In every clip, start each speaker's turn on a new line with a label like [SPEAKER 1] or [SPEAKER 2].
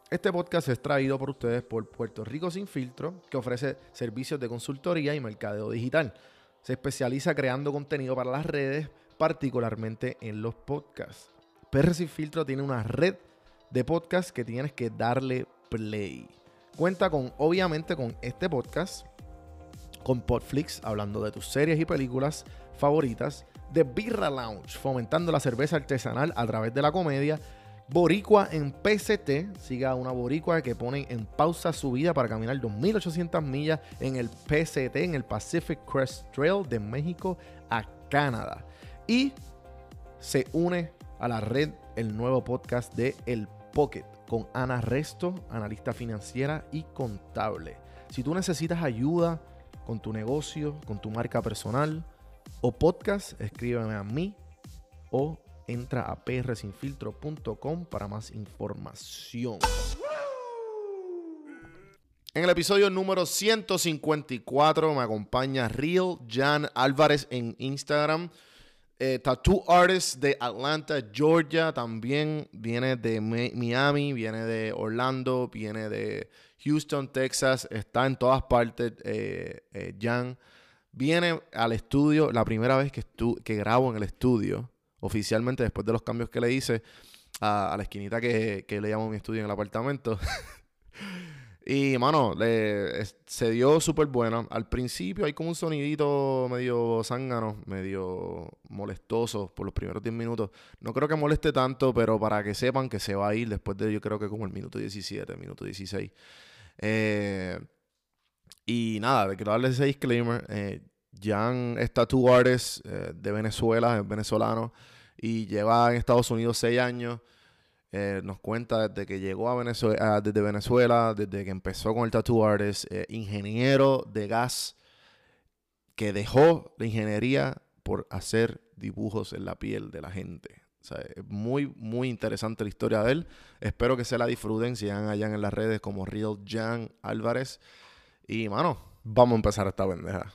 [SPEAKER 1] Este podcast es traído por ustedes por Puerto Rico Sin Filtro, que ofrece servicios de consultoría y mercadeo digital. Se especializa creando contenido para las redes, particularmente en los podcasts. PR Sin Filtro tiene una red de podcasts que tienes que darle play. Cuenta obviamente con este podcast, con Podflix, hablando de tus series y películas favoritas, de Birra Lounge, fomentando la cerveza artesanal a través de la comedia, Boricua en PCT, siga a una boricua que pone en pausa su vida para caminar 2.800 millas en el PCT, en el Pacific Crest Trail de México a Canadá. Y se une a la red el nuevo podcast de El Pocket con Ana Resto, analista financiera y contable. Si tú necesitas ayuda con tu negocio, con tu marca personal o podcast, escríbeme a mí o entra a prsinfiltro.com para más información. En el episodio número 154 me acompaña Real Jan Álvarez en Instagram. Tattoo artist de Atlanta, Georgia. También viene de Miami, viene de Orlando, viene de Houston, Texas. Está en todas partes. Jan viene al estudio, la primera vez que grabo en el estudio, oficialmente después de los cambios que le hice a la esquinita que le llamo mi estudio en el apartamento. Y, mano, se dio súper bueno. Al principio hay como un sonidito medio zángano, medio molestoso por los primeros 10 minutos. No creo que moleste tanto, pero para que sepan que se va a ir después de, yo creo que como el minuto 17, minuto 16. Y nada, quiero darles ese disclaimer. Jan es tattoo artist de Venezuela, es venezolano, y lleva en Estados Unidos 6 años. Nos cuenta desde que llegó a Venezuela, desde Venezuela, desde que empezó con el tattoo artist, ingeniero de gas que dejó la ingeniería por hacer dibujos en la piel de la gente. O sea, es muy, muy interesante la historia de él. Espero que se la disfruten, sigan allá en las redes como Real Jan Álvarez. Y, mano, vamos a empezar esta pendeja.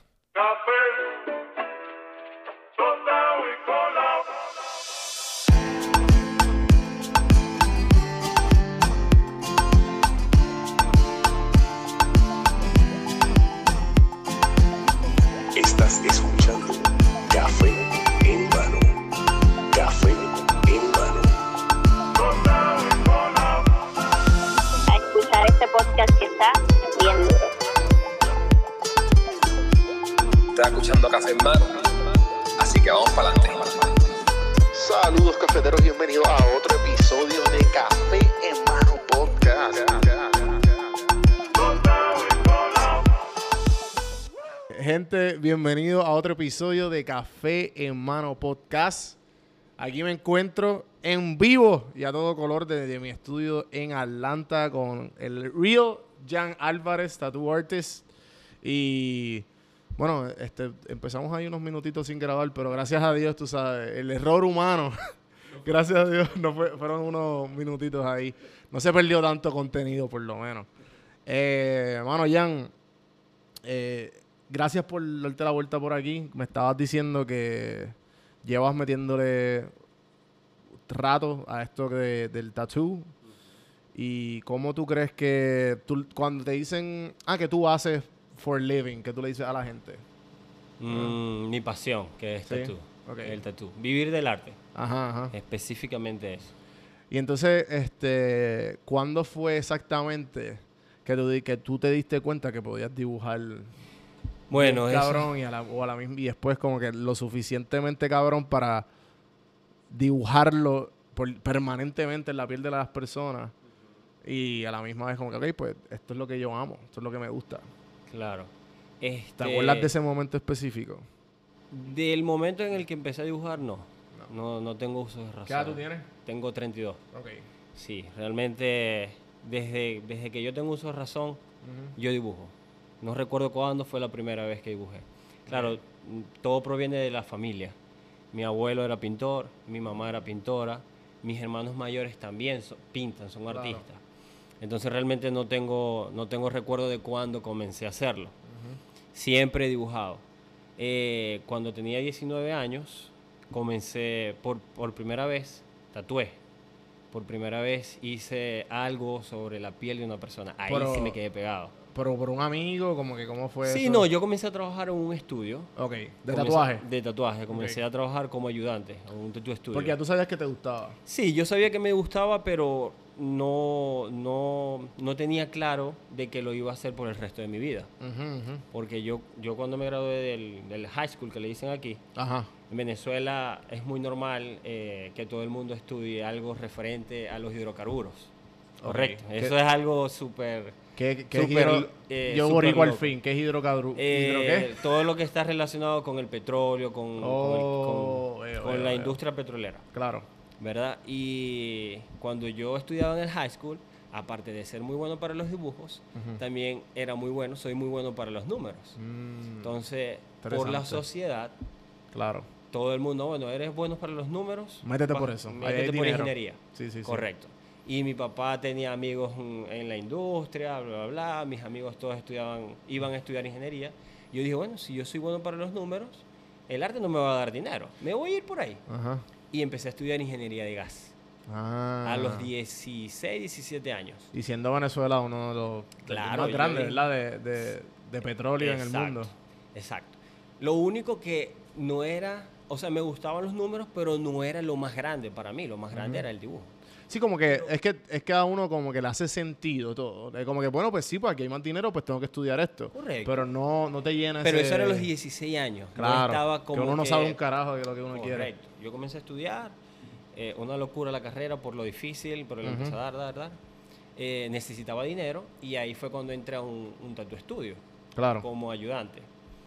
[SPEAKER 2] Estás escuchando Café en Mano. Café en Mano.
[SPEAKER 3] A escuchar este podcast que está bien duro.
[SPEAKER 2] Estás escuchando Café en Mano. Así que vamos para adelante.
[SPEAKER 1] Saludos cafeteros, bienvenidos a otro episodio de Café en Mano Podcast. Gente, bienvenido a otro episodio de Café en Mano Podcast. Aquí me encuentro en vivo y a todo color desde mi estudio en Atlanta con el Real Jan Álvarez, tattoo artist. Y bueno, empezamos ahí unos minutitos sin grabar, pero gracias a Dios, tú sabes, el error humano, gracias a Dios, fueron unos minutitos ahí. No se perdió tanto contenido, por lo menos. Mano, Jan, gracias por darte la vuelta por aquí. Me estabas diciendo que llevas metiéndole rato a esto del tattoo. ¿Y cómo tú crees que cuando te dicen que tú haces for living, que tú le dices a la gente?
[SPEAKER 4] Mi pasión, que es
[SPEAKER 1] Sí,
[SPEAKER 4] tattoo.
[SPEAKER 1] okay.
[SPEAKER 4] El tattoo. Vivir del arte.
[SPEAKER 1] Ajá.
[SPEAKER 4] Específicamente eso.
[SPEAKER 1] Y entonces, ¿cuándo fue exactamente que tú te diste cuenta que podías dibujar
[SPEAKER 4] Bueno,
[SPEAKER 1] bien
[SPEAKER 4] eso.
[SPEAKER 1] cabrón y después como que lo suficientemente cabrón para dibujarlo permanentemente en la piel de las personas y a la misma vez como que, ok, pues esto es lo que yo amo, esto es lo que me gusta?
[SPEAKER 4] Claro.
[SPEAKER 1] ¿Te acuerdas de ese momento específico?
[SPEAKER 4] Del momento en el que empecé a dibujar, no tengo uso de razón.
[SPEAKER 1] ¿Qué edad tú tienes?
[SPEAKER 4] Tengo 32.
[SPEAKER 1] Ok.
[SPEAKER 4] Sí, realmente desde que yo tengo uso de razón, yo dibujo. No recuerdo cuándo fue la primera vez que dibujé. Claro, todo proviene de la familia. Mi abuelo era pintor, mi mamá era pintora, mis hermanos mayores también pintan, son
[SPEAKER 1] Claro.
[SPEAKER 4] artistas. Entonces realmente no tengo recuerdo de cuándo comencé a hacerlo. Siempre he dibujado. Cuando tenía 19 años, comencé por primera vez, tatué. por primera vez hice algo sobre la piel de una persona. Ahí
[SPEAKER 1] Pero-
[SPEAKER 4] sí me quedé pegado.
[SPEAKER 1] Pero por un amigo, como que, ¿cómo fue
[SPEAKER 4] Sí,
[SPEAKER 1] eso?
[SPEAKER 4] no, yo comencé a trabajar en un estudio.
[SPEAKER 1] Ok, de
[SPEAKER 4] Comencé-
[SPEAKER 1] tatuaje.
[SPEAKER 4] De tatuaje. Comencé
[SPEAKER 1] Ok.
[SPEAKER 4] a trabajar como ayudante en un tattoo estudio.
[SPEAKER 1] Porque ya tú sabías que te gustaba.
[SPEAKER 4] Sí, yo sabía que me gustaba, pero no tenía claro de que lo iba a hacer por el resto de mi vida. Porque yo cuando me gradué del high school, que le dicen aquí,
[SPEAKER 1] Ajá.
[SPEAKER 4] en Venezuela es muy normal que todo el mundo estudie algo referente a los hidrocarburos. Correcto.
[SPEAKER 1] Ok.
[SPEAKER 4] Eso es algo súper...
[SPEAKER 1] ¿Qué es
[SPEAKER 4] Súper,
[SPEAKER 1] yo
[SPEAKER 4] súper
[SPEAKER 1] boricua al
[SPEAKER 4] loco.
[SPEAKER 1] fin. ¿Qué es ¿hidro qué?
[SPEAKER 4] Todo lo que está relacionado con el petróleo, con
[SPEAKER 1] Veo,
[SPEAKER 4] la
[SPEAKER 1] veo.
[SPEAKER 4] industria petrolera.
[SPEAKER 1] Claro.
[SPEAKER 4] ¿Verdad? Y cuando yo estudiaba en el high school, aparte de ser muy bueno para los dibujos, también era muy bueno, soy muy bueno para los números. Entonces, por la
[SPEAKER 1] interesante.
[SPEAKER 4] sociedad,
[SPEAKER 1] Claro.
[SPEAKER 4] todo el mundo, bueno, eres bueno para los números.
[SPEAKER 1] Métete por eso. Ahí hay
[SPEAKER 4] Métete por
[SPEAKER 1] dinero.
[SPEAKER 4] ingeniería.
[SPEAKER 1] Sí, sí, sí.
[SPEAKER 4] Correcto. Y mi papá tenía amigos en la industria, bla, bla, bla. Mis amigos todos iban a estudiar ingeniería. Yo dije, bueno, si yo soy bueno para los números, el arte no me va a dar dinero. Me voy a ir por ahí.
[SPEAKER 1] Ajá.
[SPEAKER 4] Y empecé a estudiar ingeniería de gas.
[SPEAKER 1] Ah.
[SPEAKER 4] A los 16, 17 años.
[SPEAKER 1] Y siendo Venezuela uno de los
[SPEAKER 4] Claro,
[SPEAKER 1] más
[SPEAKER 4] yo
[SPEAKER 1] grandes,
[SPEAKER 4] vi-
[SPEAKER 1] ¿verdad? De petróleo en el
[SPEAKER 4] Exacto,
[SPEAKER 1] mundo.
[SPEAKER 4] Exacto. Lo único que no era, o sea, me gustaban los números, pero no era lo más grande para mí. Lo más grande era el dibujo.
[SPEAKER 1] Sí, como que es que a uno como que le hace sentido todo. Es como que, bueno, pues sí, pues aquí hay más dinero, pues tengo que estudiar esto.
[SPEAKER 4] Correcto.
[SPEAKER 1] Pero no te llena
[SPEAKER 4] Pero
[SPEAKER 1] ese...
[SPEAKER 4] eso era a los 16 años.
[SPEAKER 1] Claro,
[SPEAKER 4] No estaba como
[SPEAKER 1] que uno no sabe un carajo de lo que uno quiere.
[SPEAKER 4] Correcto. Yo comencé a estudiar, una locura la carrera por lo difícil, pero le empecé a dar. Necesitaba dinero y ahí fue cuando entré a un tattoo estudio
[SPEAKER 1] Claro.
[SPEAKER 4] como ayudante.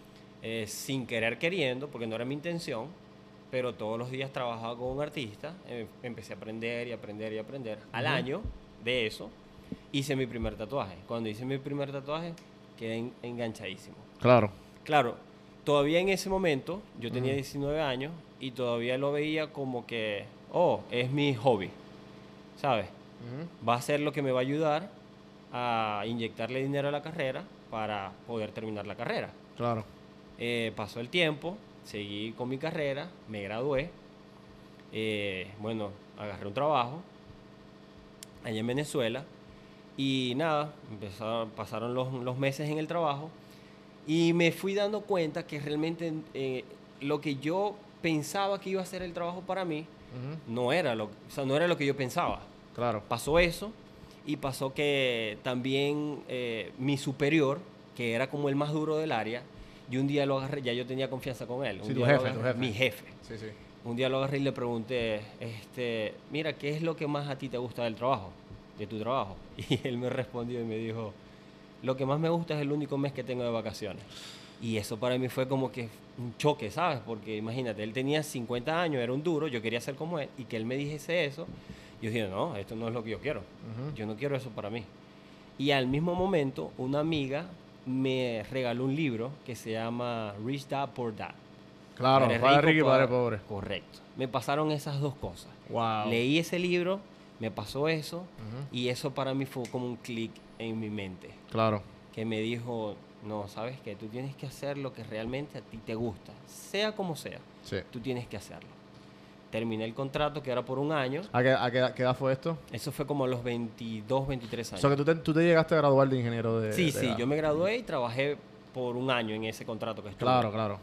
[SPEAKER 4] Sin querer queriendo, porque no era mi intención, pero todos los días trabajaba con un artista, empecé a aprender y aprender y aprender. Al año de eso hice mi primer tatuaje. Cuando hice mi primer tatuaje quedé enganchadísimo.
[SPEAKER 1] Claro.
[SPEAKER 4] Claro, todavía en ese momento, yo tenía 19 años y todavía lo veía como que, es mi hobby, ¿sabes? Va a ser lo que me va a ayudar a inyectarle dinero a la carrera para poder terminar la carrera.
[SPEAKER 1] Claro.
[SPEAKER 4] Pasó el tiempo, seguí con mi carrera, me gradué, agarré un trabajo allá en Venezuela y nada, pasaron los meses en el trabajo y me fui dando cuenta que realmente lo que yo pensaba que iba a ser el trabajo para mí no era lo que yo pensaba.
[SPEAKER 1] Claro.
[SPEAKER 4] Pasó eso y pasó que también mi superior, que era como el más duro del área, y un día lo agarré, ya yo tenía confianza con él.
[SPEAKER 1] Sí,
[SPEAKER 4] Un
[SPEAKER 1] tu
[SPEAKER 4] día lo
[SPEAKER 1] jefe, tu
[SPEAKER 4] agarré,
[SPEAKER 1] jefe.
[SPEAKER 4] Mi jefe.
[SPEAKER 1] Sí, sí.
[SPEAKER 4] Un día lo agarré y le pregunté, mira, ¿qué es lo que más a ti te gusta del trabajo, de tu trabajo? Y él me respondió y me dijo, lo que más me gusta es el único mes que tengo de vacaciones. Y eso para mí fue como que un choque, ¿sabes? Porque imagínate, él tenía 50 años, era un duro, yo quería ser como él, y que él me dijese eso, yo dije, no, esto no es lo que yo quiero. Yo no quiero eso para mí. Y al mismo momento, una amiga me regaló un libro que se llama Rich Dad Poor Dad.
[SPEAKER 1] Claro, padre rico y padre pobre.
[SPEAKER 4] Correcto. Me pasaron esas dos cosas.
[SPEAKER 1] Wow.
[SPEAKER 4] Leí ese libro, me pasó eso, y eso para mí fue como un clic en mi mente.
[SPEAKER 1] Claro.
[SPEAKER 4] Que me dijo, no, ¿sabes qué? Tú tienes que hacer lo que realmente a ti te gusta. Sea como sea,
[SPEAKER 1] Sí.
[SPEAKER 4] tú tienes que hacerlo. Terminé el contrato, que era por un año.
[SPEAKER 1] ¿Qué edad fue esto?
[SPEAKER 4] Eso fue como a los 22, 23
[SPEAKER 1] O
[SPEAKER 4] años.
[SPEAKER 1] sea, que tú te llegaste a graduar de ingeniero de...
[SPEAKER 4] Sí,
[SPEAKER 1] de-
[SPEAKER 4] sí, yo me gradué y trabajé por un año en ese contrato que estuve.
[SPEAKER 1] Claro, claro.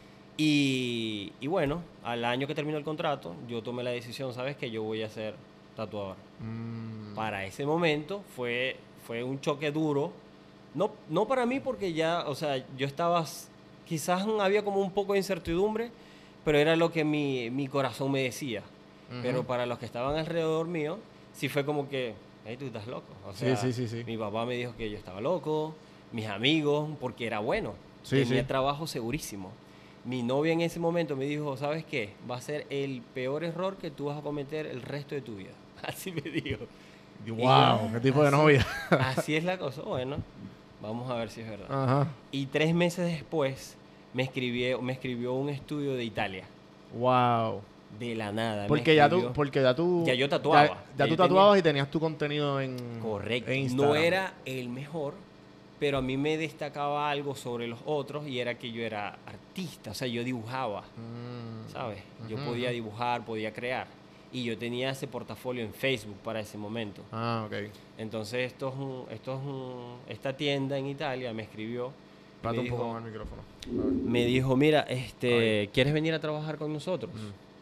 [SPEAKER 4] Y bueno, al año que terminó el contrato, yo tomé la decisión, ¿sabes? Que yo voy a ser tatuador. Para ese momento fue un choque duro. No para mí porque ya, o sea, yo estaba, quizás había como un poco de incertidumbre, pero era lo que mi corazón me decía. Pero para los que estaban alrededor mío, sí fue como que, hey, tú estás loco. O sea,
[SPEAKER 1] Sí.
[SPEAKER 4] mi papá me dijo que yo estaba loco, mis amigos, porque era bueno.
[SPEAKER 1] Sí,
[SPEAKER 4] Tenía
[SPEAKER 1] sí.
[SPEAKER 4] trabajo segurísimo. Mi novia en ese momento me dijo, ¿sabes qué? Va a ser el peor error que tú vas a cometer el resto de tu vida. Así me dijo.
[SPEAKER 1] Wow, qué tipo de novia.
[SPEAKER 4] Así es la cosa. Bueno, vamos a ver si es verdad.
[SPEAKER 1] Ajá.
[SPEAKER 4] Y 3 meses después me escribió un estudio de Italia.
[SPEAKER 1] Wow.
[SPEAKER 4] De la nada.
[SPEAKER 1] Porque ya tú...
[SPEAKER 4] Ya yo tatuaba.
[SPEAKER 1] Ya
[SPEAKER 4] Ya
[SPEAKER 1] tú
[SPEAKER 4] yo
[SPEAKER 1] tatuabas y tenías tu contenido en...
[SPEAKER 4] Correcto.
[SPEAKER 1] en Instagram.
[SPEAKER 4] No era el mejor, pero a mí me destacaba algo sobre los otros y era que yo era artista. O sea, yo dibujaba, ¿sabes? Yo podía dibujar, podía crear. y yo tenía ese portafolio en Facebook para ese momento.
[SPEAKER 1] Ah, ok.
[SPEAKER 4] Entonces esta tienda en Italia me escribió.
[SPEAKER 1] Párate un poco más el micrófono.
[SPEAKER 4] Me dijo, mira, ¿quieres venir a trabajar con nosotros?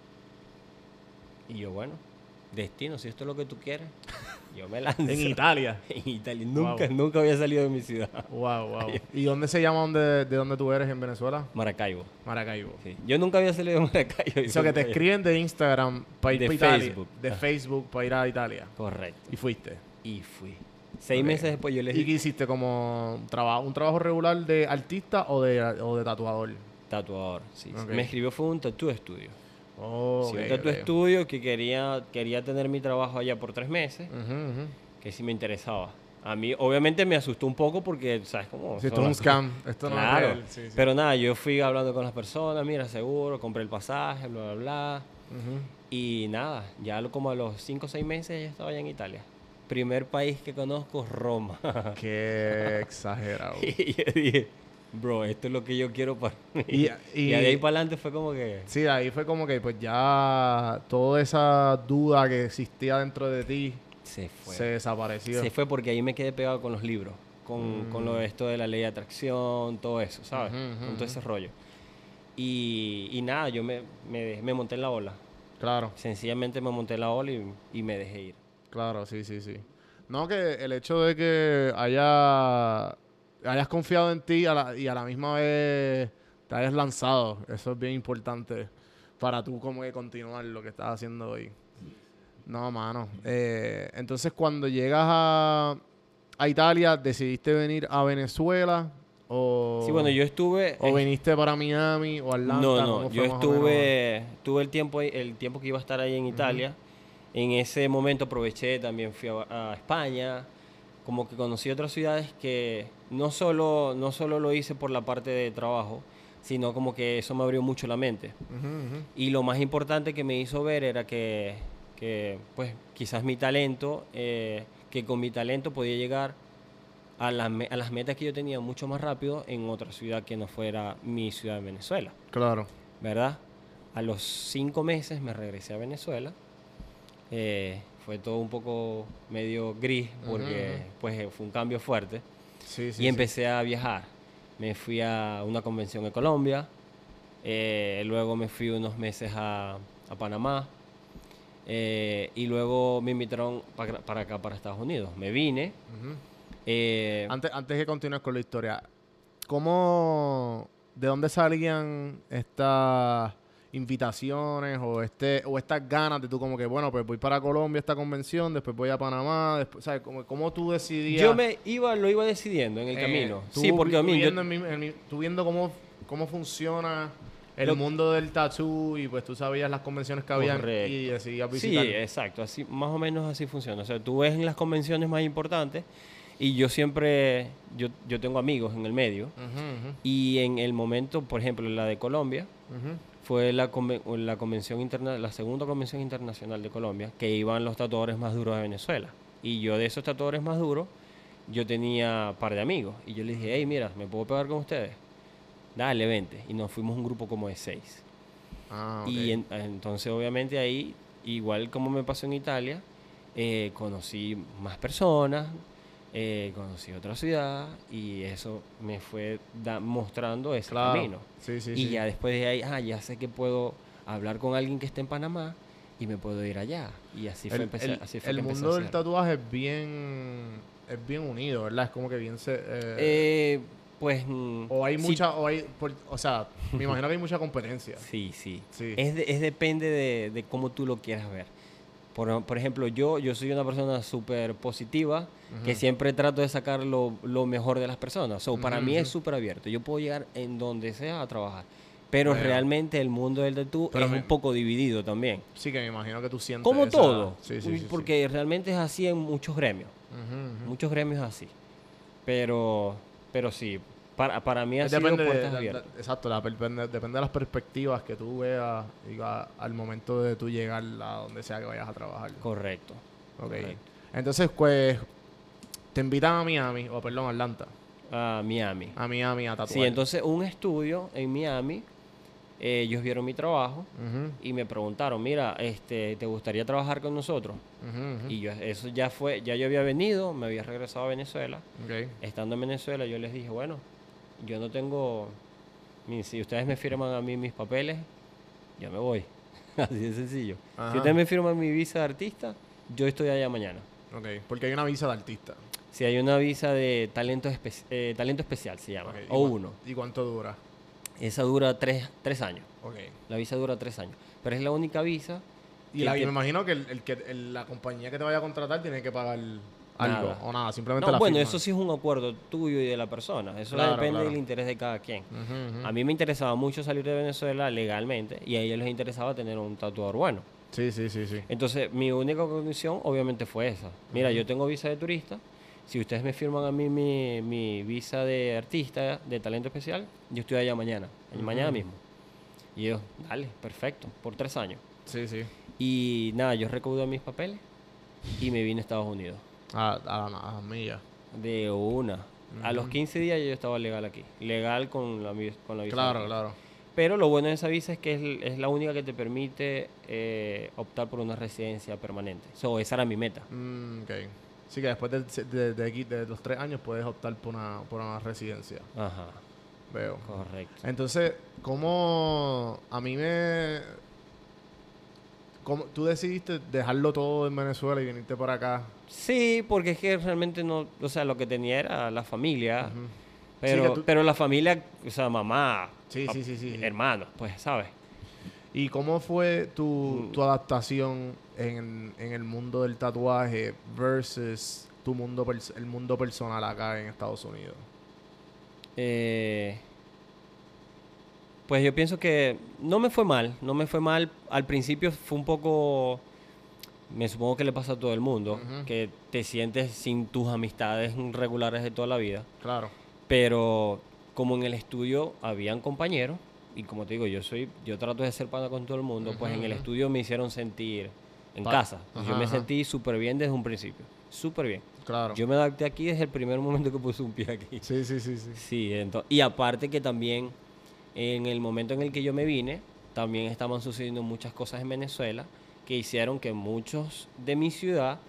[SPEAKER 4] Y yo, bueno, destino, si esto es lo que tú quieres, yo me lanzo.
[SPEAKER 1] ¿En Italia?
[SPEAKER 4] En Italia. Nunca había salido de mi ciudad.
[SPEAKER 1] Wow. ¿Y dónde se llama de dónde tú eres en Venezuela?
[SPEAKER 4] Maracaibo.
[SPEAKER 1] Maracaibo.
[SPEAKER 4] Sí. Yo nunca había salido de Maracaibo.
[SPEAKER 1] O sea, que te escriben de Instagram para ir
[SPEAKER 4] De
[SPEAKER 1] a Italia.
[SPEAKER 4] Facebook.
[SPEAKER 1] De Facebook para ir a Italia.
[SPEAKER 4] Correcto.
[SPEAKER 1] Y fuiste.
[SPEAKER 4] Y fui. 6 meses después yo les
[SPEAKER 1] ¿Y qué
[SPEAKER 4] dije,
[SPEAKER 1] hiciste? ¿Como un trabajo regular de artista o de tatuador?
[SPEAKER 4] tatuador. Sí.
[SPEAKER 1] Ok.
[SPEAKER 4] Me escribió fue un tattoo estudio.
[SPEAKER 1] Oh,
[SPEAKER 4] Sí,
[SPEAKER 1] ok,
[SPEAKER 4] un tattoo
[SPEAKER 1] ok.
[SPEAKER 4] estudio que quería tener mi trabajo allá por 3 meses,
[SPEAKER 1] Ujú.
[SPEAKER 4] que sí me interesaba. A mí, obviamente, me asustó un poco porque, ¿sabes cómo?
[SPEAKER 1] Sí, esto
[SPEAKER 4] son
[SPEAKER 1] es un
[SPEAKER 4] las-
[SPEAKER 1] scam. Esto no es
[SPEAKER 4] Claro.
[SPEAKER 1] real. Sí, sí.
[SPEAKER 4] Pero nada, yo fui hablando con las personas, mira, seguro, compré el pasaje, bla, bla, bla.
[SPEAKER 1] Ujú.
[SPEAKER 4] Y nada, como a los 5 o 6 meses ya estaba allá en Italia. Primer país que conozco, Roma.
[SPEAKER 1] Qué exagerado.
[SPEAKER 4] Y yo dije, bro, esto es lo que yo quiero para mí.
[SPEAKER 1] Y-
[SPEAKER 4] Y de ahí para adelante fue como que...
[SPEAKER 1] Sí, ahí fue como que pues ya toda esa duda que existía dentro de ti
[SPEAKER 4] Se fue.
[SPEAKER 1] se desapareció.
[SPEAKER 4] Se fue porque ahí me quedé pegado con los libros, con lo de esto de la ley de atracción, todo eso, ¿sabes?
[SPEAKER 1] Ujú,
[SPEAKER 4] Con todo ese rollo. Y nada, yo me monté en la ola.
[SPEAKER 1] Claro,
[SPEAKER 4] Sencillamente me monté en la ola y me dejé ir.
[SPEAKER 1] claro, sí. No, que el hecho de que hayas confiado en ti y a la misma vez te hayas lanzado, eso es bien importante para tú como que continuar lo que estás haciendo hoy. No, mano. Entonces, cuando llegas a Italia, ¿decidiste venir a Venezuela? O,
[SPEAKER 4] Sí, bueno, yo estuve...
[SPEAKER 1] ¿O viniste para Miami o Atlanta?
[SPEAKER 4] No,
[SPEAKER 1] ¿Cómo
[SPEAKER 4] yo
[SPEAKER 1] fue más o menos?
[SPEAKER 4] tuve el tiempo que iba a estar ahí en Italia. En ese momento aproveché, también fui a España, como que conocí otras ciudades que no solo lo hice por la parte de trabajo, sino como que eso me abrió mucho la mente.
[SPEAKER 1] Ujú.
[SPEAKER 4] Y lo más importante que me hizo ver era que pues quizás mi talento, que con mi talento podía llegar a las metas que yo tenía mucho más rápido en otra ciudad que no fuera mi ciudad de Venezuela,
[SPEAKER 1] Claro.
[SPEAKER 4] ¿verdad? A los 5 meses me regresé a Venezuela. Fue todo un poco medio gris porque pues fue un cambio fuerte.
[SPEAKER 1] Sí,
[SPEAKER 4] Y empecé a viajar. Me fui a una convención en Colombia. Luego me fui unos meses a Panamá. Y luego me invitaron para acá, para Estados Unidos. Me vine.
[SPEAKER 1] Ujú.
[SPEAKER 4] eh,
[SPEAKER 1] Antes que continúes con la historia, ¿de dónde salían estas invitaciones o estas ganas de tú como que, bueno, pues voy para Colombia a esta convención, después voy a Panamá, después, ¿sabes? ¿Cómo tú decidías?
[SPEAKER 4] yo lo iba decidiendo en el camino.
[SPEAKER 1] Tú
[SPEAKER 4] Sí, porque a mí...
[SPEAKER 1] tú viendo cómo funciona el
[SPEAKER 4] Lo-
[SPEAKER 1] mundo del tattoo y pues tú sabías las convenciones que habían
[SPEAKER 4] Correcto.
[SPEAKER 1] y decidías
[SPEAKER 4] Sí,
[SPEAKER 1] visitar.
[SPEAKER 4] exacto. Así, más o menos así funciona. O sea, tú ves en las convenciones más importantes y yo siempre... Yo tengo amigos en el medio.
[SPEAKER 1] Ujú,
[SPEAKER 4] Y en el momento, por ejemplo, la de Colombia,
[SPEAKER 1] ujú.
[SPEAKER 4] fue la convención la segunda convención internacional de Colombia, que iban los tatuadores más duros de Venezuela. Y yo de esos tatuadores más duros, yo tenía un par de amigos. Y yo les dije, hey, mira, ¿me puedo pegar con ustedes? Dale, vente. Y nos fuimos un grupo como de 6.
[SPEAKER 1] Ah, ok.
[SPEAKER 4] Y entonces, obviamente, ahí, igual como me pasó en Italia, conocí más personas, conocí otra ciudad y eso me fue mostrando ese
[SPEAKER 1] Claro.
[SPEAKER 4] camino.
[SPEAKER 1] Sí.
[SPEAKER 4] Y ya después de ahí, ya sé que puedo hablar con alguien que esté en Panamá y me puedo ir allá. Y así fue, así fue
[SPEAKER 1] el
[SPEAKER 4] que empecé
[SPEAKER 1] mundo
[SPEAKER 4] a
[SPEAKER 1] del
[SPEAKER 4] hacer.
[SPEAKER 1] tatuaje es bien unido, ¿verdad? Es como que bien
[SPEAKER 4] Pues...
[SPEAKER 1] o hay
[SPEAKER 4] sí,
[SPEAKER 1] mucha, o sea, me imagino que hay mucha competencia.
[SPEAKER 4] Sí.
[SPEAKER 1] Sí.
[SPEAKER 4] Es depende de cómo tú lo quieras ver. Por ejemplo, yo soy una persona súper positiva, que siempre trato de sacar lo mejor de las personas. Para mí es súper abierto. Yo puedo llegar en donde sea a trabajar. Pero
[SPEAKER 1] Bueno.
[SPEAKER 4] realmente el mundo del tatú
[SPEAKER 1] Pero
[SPEAKER 4] es un poco dividido también.
[SPEAKER 1] Sí, que me imagino que tú sientes
[SPEAKER 4] Como
[SPEAKER 1] esa-
[SPEAKER 4] todo.
[SPEAKER 1] Sí.
[SPEAKER 4] Porque realmente es así en muchos gremios.
[SPEAKER 1] Ujú.
[SPEAKER 4] Muchos gremios así. Pero sí, para mí ha sido
[SPEAKER 1] Depende
[SPEAKER 4] puertas abiertas.
[SPEAKER 1] exacto, depende de las perspectivas que tú veas al momento de tú llegar a donde sea que vayas a trabajar.
[SPEAKER 4] Correcto.
[SPEAKER 1] Ok.
[SPEAKER 4] correcto.
[SPEAKER 1] Entonces, pues, te invitan a Miami, o perdón, a Atlanta,
[SPEAKER 4] A Miami.
[SPEAKER 1] a Miami a tatuar.
[SPEAKER 4] Sí, entonces un estudio en Miami ellos vieron mi trabajo
[SPEAKER 1] Ujú,
[SPEAKER 4] y me preguntaron, mira, ¿te gustaría trabajar con nosotros?
[SPEAKER 1] ujú.
[SPEAKER 4] Y eso ya fue, ya yo había venido, me había regresado a Venezuela.
[SPEAKER 1] Ok.
[SPEAKER 4] Estando en Venezuela, yo les dije, bueno, yo no tengo, si ustedes me firman a mí mis papeles, yo me voy. Así de sencillo.
[SPEAKER 1] Ajá.
[SPEAKER 4] Si ustedes me firman mi visa de artista, yo estoy allá mañana.
[SPEAKER 1] Ok, porque hay una visa de artista.
[SPEAKER 4] Si hay una visa de talento, talento especial, se llama,
[SPEAKER 1] Ok,
[SPEAKER 4] o uno.
[SPEAKER 1] ¿Y cuánto dura?
[SPEAKER 4] Esa dura 3 años.
[SPEAKER 1] Ok.
[SPEAKER 4] La visa dura 3 años. Pero es la única visa
[SPEAKER 1] Y
[SPEAKER 4] que
[SPEAKER 1] me imagino que la compañía que te vaya a contratar tiene que pagar algo
[SPEAKER 4] Nada.
[SPEAKER 1] o nada, simplemente
[SPEAKER 4] No,
[SPEAKER 1] la
[SPEAKER 4] bueno,
[SPEAKER 1] firman.
[SPEAKER 4] eso sí es un acuerdo tuyo y de la persona. Eso
[SPEAKER 1] Claro,
[SPEAKER 4] depende
[SPEAKER 1] claro.
[SPEAKER 4] del interés de cada quien.
[SPEAKER 1] Ujú, ujú.
[SPEAKER 4] A mí me interesaba mucho salir de Venezuela legalmente y a ellos les interesaba tener un tatuador bueno.
[SPEAKER 1] Sí, sí, sí, sí.
[SPEAKER 4] Entonces, mi única condición obviamente fue esa. Mira, yo tengo visa de turista. Si ustedes me firman a mí mi visa de artista, de talento especial, yo estoy allá mañana. Mañana mismo. Y yo, dale, perfecto, por 3 años.
[SPEAKER 1] Sí, sí.
[SPEAKER 4] Y nada, yo recaudé mis papeles y me vine a Estados Unidos.
[SPEAKER 1] A las millas.
[SPEAKER 4] De una. A los 15 días yo estaba legal aquí. Legal con la visa.
[SPEAKER 1] Claro,
[SPEAKER 4] de aquí.
[SPEAKER 1] claro.
[SPEAKER 4] Pero lo bueno de esa visa es que es la única que te permite optar por una residencia permanente. Esa era mi meta.
[SPEAKER 1] Ok. Sí, que después de aquí, de los 3 años puedes optar por una residencia.
[SPEAKER 4] Ajá,
[SPEAKER 1] Veo.
[SPEAKER 4] correcto.
[SPEAKER 1] Entonces, ¿cómo tú decidiste dejarlo todo en Venezuela y venirte para acá?
[SPEAKER 4] Sí, porque es que realmente no, o sea, lo que tenía era la familia,
[SPEAKER 1] Ujú.
[SPEAKER 4] pero,
[SPEAKER 1] Sí, que tú-
[SPEAKER 4] pero la familia, o sea, mamá,
[SPEAKER 1] Sí, sí, sí, sí.
[SPEAKER 4] hermanos, pues, ¿sabes?
[SPEAKER 1] ¿Y cómo fue tu adaptación en el mundo del tatuaje versus el mundo personal acá en Estados Unidos?
[SPEAKER 4] Pues yo pienso que no me fue mal. Al principio fue un poco, me supongo que le pasa a todo el mundo,
[SPEAKER 1] Ujú.
[SPEAKER 4] que te sientes sin tus amistades regulares de toda la vida.
[SPEAKER 1] Claro.
[SPEAKER 4] Pero como en el estudio habían compañeros, y como te digo, yo trato de ser pana con todo el mundo, pues en el
[SPEAKER 1] Ujú.
[SPEAKER 4] estudio me hicieron sentir en
[SPEAKER 1] Pa-
[SPEAKER 4] casa.
[SPEAKER 1] Ajá,
[SPEAKER 4] Yo me
[SPEAKER 1] ajá.
[SPEAKER 4] sentí súper bien desde un principio, súper bien.
[SPEAKER 1] Claro.
[SPEAKER 4] Yo me adapté aquí desde el primer momento que puse un pie aquí.
[SPEAKER 1] Sí, sí, sí, sí.
[SPEAKER 4] Sí, y aparte que también en el momento en el que yo me vine, también estaban sucediendo muchas cosas en Venezuela que hicieron que muchos de mi ciudad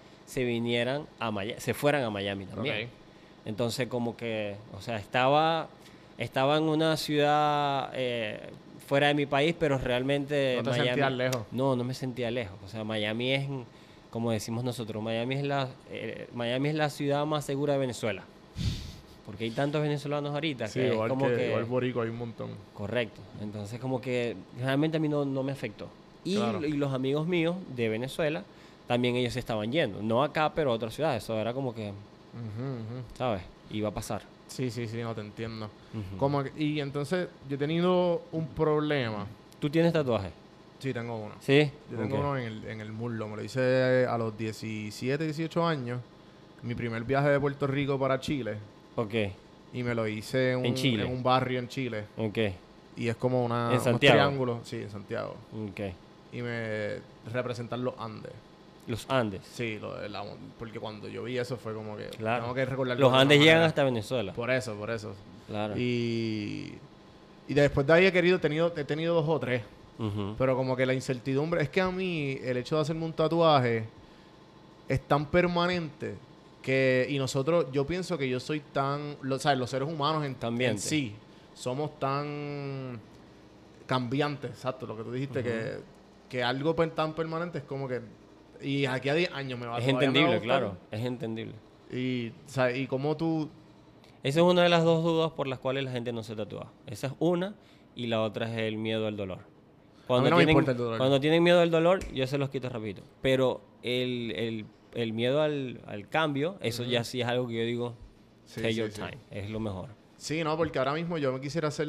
[SPEAKER 4] se fueran a Miami también.
[SPEAKER 1] Ok.
[SPEAKER 4] Entonces como que, o sea, estaba en una ciudad fuera de mi país, pero realmente
[SPEAKER 1] No te
[SPEAKER 4] Miami,
[SPEAKER 1] sentías lejos.
[SPEAKER 4] No me sentía lejos. O sea, Miami es, como decimos nosotros, Miami es la ciudad más segura de Venezuela. Porque hay tantos venezolanos ahorita
[SPEAKER 1] Sí,
[SPEAKER 4] que es
[SPEAKER 1] igual
[SPEAKER 4] como
[SPEAKER 1] que
[SPEAKER 4] que...
[SPEAKER 1] igual boricua hay un montón.
[SPEAKER 4] Correcto. Entonces como que realmente a mí no me afectó. Y,
[SPEAKER 1] Claro.
[SPEAKER 4] y los amigos míos de Venezuela, también ellos se estaban yendo. No acá, pero a otras ciudades. Eso era como que,
[SPEAKER 1] Ujú, ujú.
[SPEAKER 4] ¿sabes? Iba a pasar.
[SPEAKER 1] Sí, sí, sí, no te entiendo.
[SPEAKER 4] Ujú.
[SPEAKER 1] Y entonces yo he tenido un problema.
[SPEAKER 4] ¿Tú tienes tatuajes?
[SPEAKER 1] Sí, tengo uno.
[SPEAKER 4] ¿Sí?
[SPEAKER 1] Yo tengo
[SPEAKER 4] Ok.
[SPEAKER 1] uno en el muslo. Me lo hice a los 17, 18 años. Mi primer viaje de Puerto Rico para Chile.
[SPEAKER 4] Ok,
[SPEAKER 1] Y me lo hice
[SPEAKER 4] En Chile.
[SPEAKER 1] en un barrio en Chile.
[SPEAKER 4] ok,
[SPEAKER 1] Y es como
[SPEAKER 4] ¿En
[SPEAKER 1] unos
[SPEAKER 4] Santiago?
[SPEAKER 1] triángulos. Sí, en Santiago.
[SPEAKER 4] ok.
[SPEAKER 1] Y me representan los Andes.
[SPEAKER 4] Los Andes.
[SPEAKER 1] Sí, porque cuando yo vi eso fue como que...
[SPEAKER 4] Claro.
[SPEAKER 1] Tengo que recordarlo
[SPEAKER 4] Los
[SPEAKER 1] de alguna
[SPEAKER 4] Andes llegan
[SPEAKER 1] manera.
[SPEAKER 4] hasta Venezuela.
[SPEAKER 1] Por eso, por eso.
[SPEAKER 4] Claro.
[SPEAKER 1] Y después de ahí he tenido 2 o 3.
[SPEAKER 4] Ujú.
[SPEAKER 1] Pero como que la incertidumbre... Es que a mí el hecho de hacerme un tatuaje es tan permanente que... Y yo pienso que yo soy tan... ¿sabes? Los seres humanos en
[SPEAKER 4] Cambiantes.
[SPEAKER 1] sí somos tan cambiantes. Exacto, lo que tú dijiste. Que algo tan permanente es como que... Y aquí a 10 años me va
[SPEAKER 4] Es
[SPEAKER 1] todavía me va a
[SPEAKER 4] entendible,
[SPEAKER 1] gustar.
[SPEAKER 4] claro. Es entendible.
[SPEAKER 1] Y, ¿sabes? Y como tú...
[SPEAKER 4] Esa es una de las 2 dudas por las cuales la gente no se tatúa. Esa es una y la otra es el miedo al dolor.
[SPEAKER 1] A mí no me importa el dolor.
[SPEAKER 4] Cuando tienen miedo al dolor, yo se los quito rapidito. Pero el miedo al cambio, eso ya sí es algo que yo digo,
[SPEAKER 1] Sí,
[SPEAKER 4] take
[SPEAKER 1] sí,
[SPEAKER 4] your
[SPEAKER 1] sí.
[SPEAKER 4] time, es lo mejor.
[SPEAKER 1] Sí, no, porque ahora mismo yo me quisiera hacer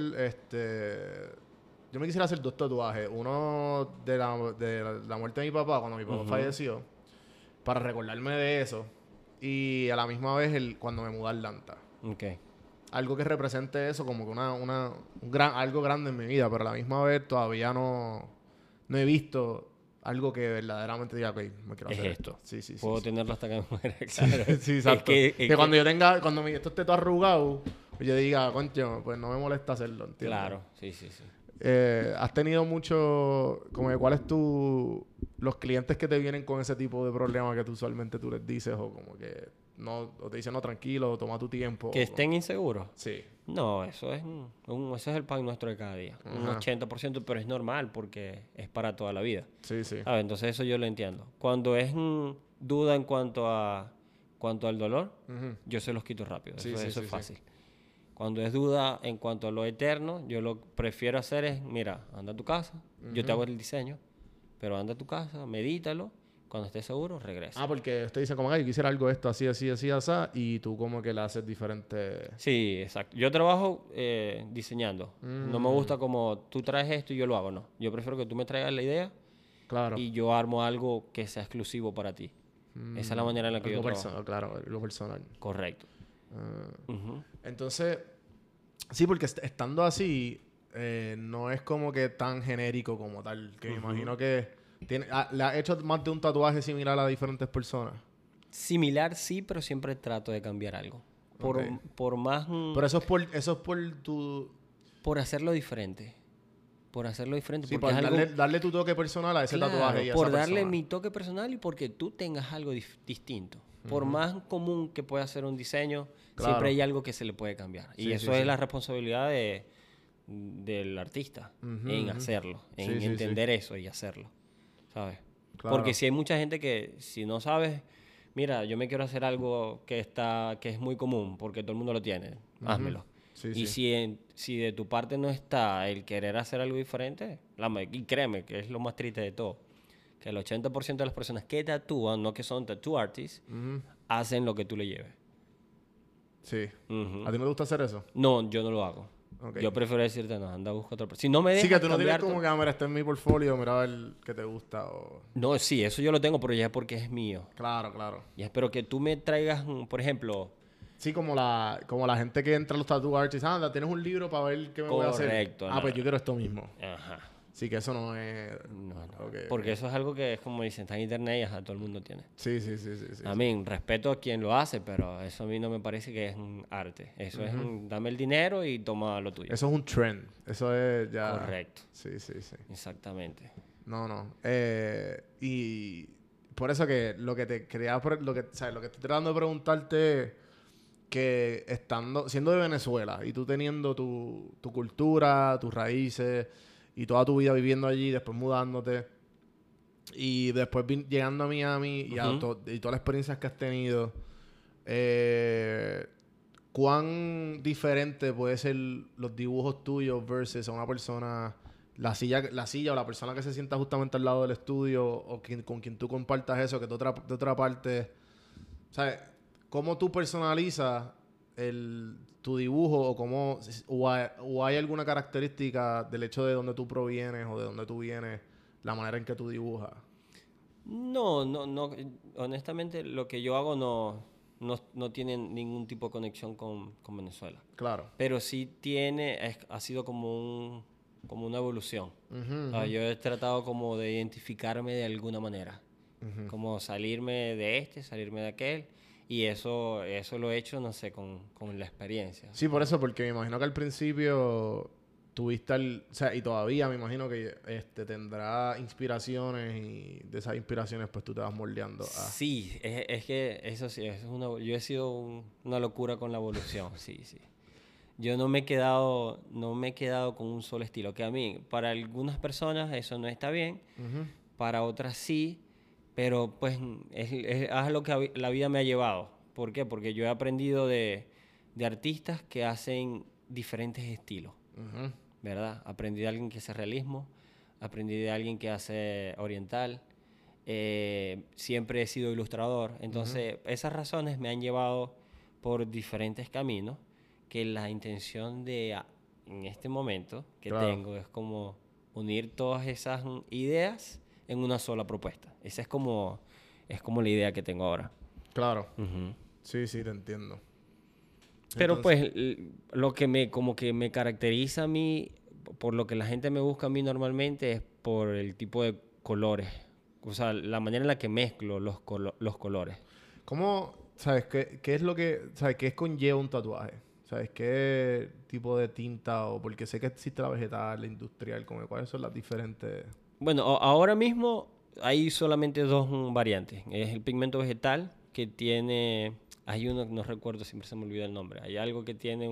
[SPEAKER 1] yo me quisiera hacer 2 tatuajes. Uno de la muerte de mi papá, cuando mi papá falleció, para recordarme de eso. Y a la misma vez cuando me mudé a Atlanta.
[SPEAKER 4] Ok.
[SPEAKER 1] Algo que represente eso como que algo grande en mi vida, pero a la misma vez todavía no he visto algo que verdaderamente diga, ok, me quiero
[SPEAKER 4] Es
[SPEAKER 1] hacer
[SPEAKER 4] esto.
[SPEAKER 1] Sí, sí, sí.
[SPEAKER 4] Puedo
[SPEAKER 1] sí.
[SPEAKER 4] tenerlo hasta acá en mujer, claro.
[SPEAKER 1] Sí, exacto.
[SPEAKER 4] Es que
[SPEAKER 1] cuando esto esté todo arrugado, yo diga, concho, pues no me molesta hacerlo, ¿entiendes?
[SPEAKER 4] claro, sí.
[SPEAKER 1] ¿Has tenido mucho, como que cuál es los clientes que te vienen con ese tipo de problemas que tú usualmente tú les dices o como que no, o te dicen no, tranquilo, toma tu tiempo?
[SPEAKER 4] Que estén inseguros.
[SPEAKER 1] Sí.
[SPEAKER 4] No, eso es ese es el pan nuestro de cada día. Un
[SPEAKER 1] Ajá.
[SPEAKER 4] 80%, pero es normal porque es para toda la vida.
[SPEAKER 1] Sí, sí.
[SPEAKER 4] ¿Sabes? Entonces eso yo lo entiendo. Cuando es duda en cuanto al dolor,
[SPEAKER 1] Ujú.
[SPEAKER 4] yo se los quito rápido.
[SPEAKER 1] Sí,
[SPEAKER 4] Eso
[SPEAKER 1] sí,
[SPEAKER 4] es
[SPEAKER 1] sí, sí.
[SPEAKER 4] fácil. Cuando es duda en cuanto a lo eterno, yo lo que prefiero hacer es, mira, anda a tu casa, yo te hago el diseño, pero anda a tu casa, medítalo, cuando estés seguro, regresa.
[SPEAKER 1] Ah, porque usted dice como, ay, yo quisiera algo esto así, así, así, así, y tú como que le haces diferente...
[SPEAKER 4] Sí, exacto. Yo trabajo diseñando. No me gusta como tú traes esto y yo lo hago, no. Yo prefiero que tú me traigas la idea
[SPEAKER 1] Claro.
[SPEAKER 4] y yo armo algo que sea exclusivo para ti. Esa es la manera en la que yo
[SPEAKER 1] Algo
[SPEAKER 4] trabajo.
[SPEAKER 1] personal, claro, algo personal.
[SPEAKER 4] Correcto.
[SPEAKER 1] Ah.
[SPEAKER 4] Ujú.
[SPEAKER 1] Entonces, sí, porque estando así, no es como que tan genérico como tal. Que me imagino que le has hecho más de un tatuaje similar a diferentes personas.
[SPEAKER 4] Similar, sí, pero siempre trato de cambiar algo. Por,
[SPEAKER 1] Ok.
[SPEAKER 4] por más...
[SPEAKER 1] Pero eso es por tu...
[SPEAKER 4] por hacerlo diferente. Por hacerlo diferente.
[SPEAKER 1] Sí,
[SPEAKER 4] porque
[SPEAKER 1] para
[SPEAKER 4] es algo...
[SPEAKER 1] darle tu toque personal a ese
[SPEAKER 4] Claro,
[SPEAKER 1] tatuaje y a
[SPEAKER 4] por
[SPEAKER 1] esa
[SPEAKER 4] darle
[SPEAKER 1] persona.
[SPEAKER 4] mi toque personal y porque tú tengas algo distinto. Por más común que pueda ser un diseño,
[SPEAKER 1] Claro.
[SPEAKER 4] siempre hay algo que se le puede cambiar.
[SPEAKER 1] Sí,
[SPEAKER 4] Y eso
[SPEAKER 1] sí,
[SPEAKER 4] es
[SPEAKER 1] sí.
[SPEAKER 4] la responsabilidad del artista en hacerlo, en
[SPEAKER 1] Sí, sí,
[SPEAKER 4] entender eso y hacerlo. ¿Sabes?
[SPEAKER 1] Claro.
[SPEAKER 4] Porque si hay mucha gente que si no sabes, mira, yo me quiero hacer algo que es muy común porque todo el mundo lo tiene, házmelo.
[SPEAKER 1] Sí,
[SPEAKER 4] Y
[SPEAKER 1] sí.
[SPEAKER 4] si de tu parte no está el querer hacer algo diferente, y créeme que es lo más triste de todo, que el 80% de las personas que tatúan, no que son tattoo artists, hacen lo que tú le lleves.
[SPEAKER 1] Sí.
[SPEAKER 4] Ujú.
[SPEAKER 1] ¿A ti no te gusta hacer eso?
[SPEAKER 4] No, yo no lo hago.
[SPEAKER 1] Ok.
[SPEAKER 4] Yo prefiero decirte, no, anda, busca otra persona. Si no me dejas
[SPEAKER 1] Sí, que tú no tienes
[SPEAKER 4] cambiar
[SPEAKER 1] como que, mira, está en mi portfolio, mira a ver qué te gusta o...
[SPEAKER 4] No, sí, eso yo lo tengo, pero ya es porque es mío.
[SPEAKER 1] Claro, claro.
[SPEAKER 4] Ya espero que tú me traigas, por ejemplo...
[SPEAKER 1] Sí, como la gente que entra a los tattoo artists. Anda, tienes un libro para ver qué me voy a hacer.
[SPEAKER 4] Correcto,
[SPEAKER 1] Ah,
[SPEAKER 4] no.
[SPEAKER 1] pues yo quiero esto mismo.
[SPEAKER 4] Ajá.
[SPEAKER 1] Sí, que eso no es...
[SPEAKER 4] No.
[SPEAKER 1] Ok,
[SPEAKER 4] Porque
[SPEAKER 1] ok.
[SPEAKER 4] eso es algo que es como dicen, está en internet y ajá, todo el mundo tiene.
[SPEAKER 1] Sí.
[SPEAKER 4] A mí, respeto a quien lo hace, pero eso a mí no me parece que es un arte. Eso es dame el dinero y toma lo tuyo.
[SPEAKER 1] Eso es un trend. Eso es ya...
[SPEAKER 4] Correcto.
[SPEAKER 1] Sí.
[SPEAKER 4] Exactamente.
[SPEAKER 1] No. Y por eso que lo que te quería... ¿sabes? Lo que estoy tratando de preguntarte es que siendo de Venezuela y tú teniendo tu cultura, tus raíces y toda tu vida viviendo allí, después mudándote y después llegando a Miami y y todas las experiencias que has tenido, ¿cuán diferente puede ser los dibujos tuyos versus a una persona, la silla o la persona que se sienta justamente al lado del estudio o con quien tú compartas eso, que de otra parte, ¿sabes? ¿Cómo tú personalizas tu dibujo o hay alguna característica del hecho de dónde tú provienes o de dónde tú vienes, la manera en que tú dibujas?
[SPEAKER 4] No. Honestamente, lo que yo hago no tiene ningún tipo de conexión con Venezuela.
[SPEAKER 1] Claro.
[SPEAKER 4] Pero sí ha sido como una evolución. Yo he tratado como de identificarme de alguna manera. Como salirme de salirme de aquel. Y eso lo he hecho, no sé, con la experiencia.
[SPEAKER 1] Sí, por eso, porque me imagino que al principio tuviste o sea, y todavía me imagino que tendrá inspiraciones y de esas inspiraciones pues tú te vas moldeando a...
[SPEAKER 4] Sí, es que eso sí, yo he sido una locura con la evolución, sí. Yo no me he quedado con un solo estilo, que a mí, para algunas personas eso no está bien, para otras sí, pero pues es lo que la vida me ha llevado. ¿Por qué? Porque yo he aprendido de artistas que hacen diferentes estilos, ¿verdad? Aprendí de alguien que hace realismo, aprendí de alguien que hace oriental, siempre he sido ilustrador. Entonces, esas razones me han llevado por diferentes caminos que la intención en este momento que
[SPEAKER 1] Claro.
[SPEAKER 4] tengo es como unir todas esas ideas en una sola propuesta. Esa es como la idea que tengo ahora.
[SPEAKER 1] Claro. Sí, te entiendo.
[SPEAKER 4] Pero
[SPEAKER 1] Entonces,
[SPEAKER 4] pues lo que como que me caracteriza a mí, por lo que la gente me busca a mí normalmente es por el tipo de colores. O sea, la manera en la que mezclo los colores.
[SPEAKER 1] ¿cómo, sabes, qué es lo que, sabes, qué conlleva un tatuaje? O ¿Sabes qué tipo de tinta o porque sé que existe la vegetal, la industrial, como cuáles son las diferentes?
[SPEAKER 4] Bueno, ahora mismo hay solamente dos variantes. Es el pigmento vegetal que tiene... Hay uno, no recuerdo, siempre se me olvida el nombre. Hay algo que tiene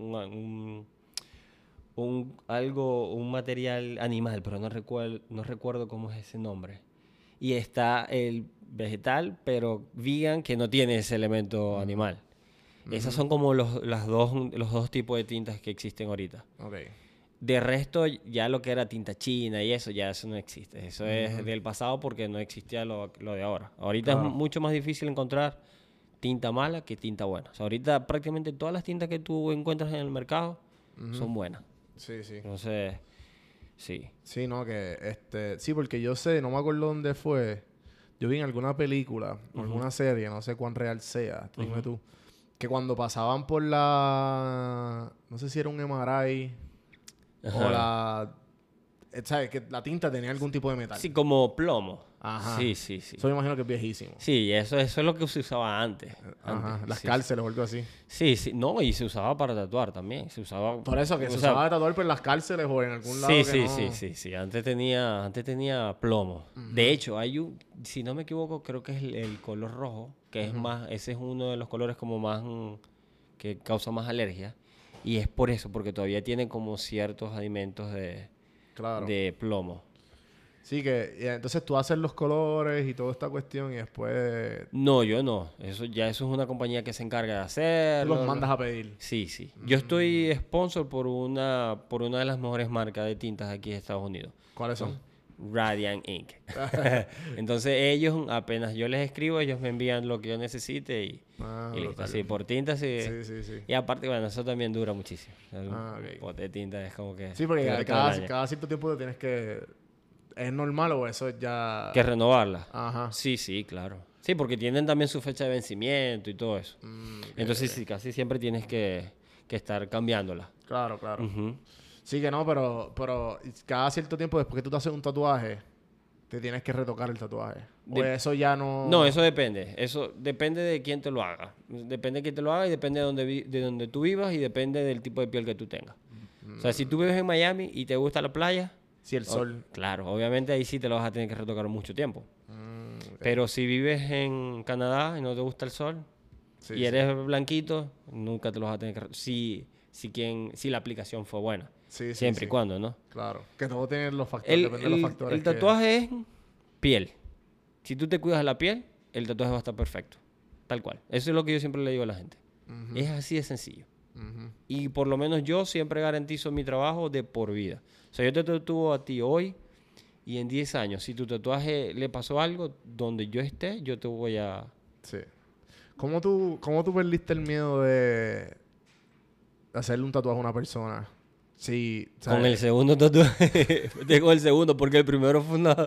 [SPEAKER 4] un material animal, pero no recuerdo cómo es ese nombre. Y está el vegetal, pero vegan, que no tiene ese elemento animal. Esos son como los dos tipos de tintas que existen ahorita.
[SPEAKER 1] Okay.
[SPEAKER 4] De resto, ya lo que era tinta china y eso no existe. Eso es del pasado porque no existía lo de ahora. Ahorita es mucho más difícil encontrar tinta mala que tinta buena. O sea, ahorita prácticamente todas las tintas que tú encuentras en el mercado son buenas.
[SPEAKER 1] Sí, sí.
[SPEAKER 4] Entonces, sí.
[SPEAKER 1] Sí, no, que sí, porque yo sé, no me acuerdo dónde fue. Yo vi en alguna película, o alguna serie, no sé cuán real sea, dime tú, que cuando pasaban por no sé si era un MRI o ¿sabes? Que la tinta tenía algún tipo de metal.
[SPEAKER 4] Sí, como plomo.
[SPEAKER 1] Ajá.
[SPEAKER 4] Sí.
[SPEAKER 1] Eso me imagino que es viejísimo.
[SPEAKER 4] Sí, eso es lo que se usaba antes.
[SPEAKER 1] Ajá. Las
[SPEAKER 4] Sí,
[SPEAKER 1] cárceles o algo así.
[SPEAKER 4] Sí. No, y se usaba para tatuar también.
[SPEAKER 1] Por eso, que se usaba de tatuar en las cárceles o en algún lado
[SPEAKER 4] Sí. Antes tenía plomo. De hecho, si no me equivoco, creo que es el color rojo, que es más, ese es uno de los colores como más, que causa más alergia. Y es por eso, porque todavía tiene como ciertos alimentos de plomo.
[SPEAKER 1] Sí, que entonces tú haces los colores y toda esta cuestión y después
[SPEAKER 4] No, yo no. Eso es una compañía que se encarga de hacerlo.
[SPEAKER 1] tú los mandas a pedir.
[SPEAKER 4] Sí. Yo estoy sponsor por una de las mejores marcas de tintas aquí de Estados Unidos.
[SPEAKER 1] ¿Cuáles son?
[SPEAKER 4] Radiant Ink. Entonces ellos, apenas yo les escribo, ellos me envían lo que yo necesite y listo. Así, por tintas sí. Y aparte, bueno, eso también dura muchísimo. Un pote de tinta es como que...
[SPEAKER 1] Sí, porque cada cierto tiempo te tienes que... ¿Es normal o eso es ya...?
[SPEAKER 4] Que renovarla.
[SPEAKER 1] Ajá.
[SPEAKER 4] Sí, claro. Sí, porque tienen también su fecha de vencimiento y todo eso. Entonces sí, casi siempre tienes que estar cambiándola.
[SPEAKER 1] Claro. Sí que no, pero cada cierto tiempo después que tú te haces un tatuaje, te tienes que retocar el tatuaje. O eso ya no...
[SPEAKER 4] No, eso depende. Eso depende de quién te lo haga. Depende de quién te lo haga y depende de donde tú vivas y depende del tipo de piel que tú tengas. O sea, si tú vives en Miami y te gusta la playa...
[SPEAKER 1] Sí, el sol.
[SPEAKER 4] Claro, obviamente ahí sí te lo vas a tener que retocar mucho tiempo. Pero si vives en Canadá y no te gusta el sol y eres blanquito, nunca te lo vas a tener que si la aplicación fue buena. Siempre y cuando, ¿no?
[SPEAKER 1] Claro. Que todo tiene los factores, depende de los factores.
[SPEAKER 4] El tatuaje es piel. Si tú te cuidas la piel, el tatuaje va a estar perfecto. Tal cual. Eso es lo que yo siempre le digo a la gente. Es así de sencillo. Y por lo menos yo siempre garantizo mi trabajo de por vida. O sea, yo te tatúo a ti hoy y en 10 años, si tu tatuaje le pasó algo, donde yo esté, yo te voy a...
[SPEAKER 1] Sí. ¿Cómo tú perdiste el miedo de hacerle un tatuaje a una persona? Sí, ¿sabes?
[SPEAKER 4] Con el segundo tatuaje. Con el segundo, porque el primero fue una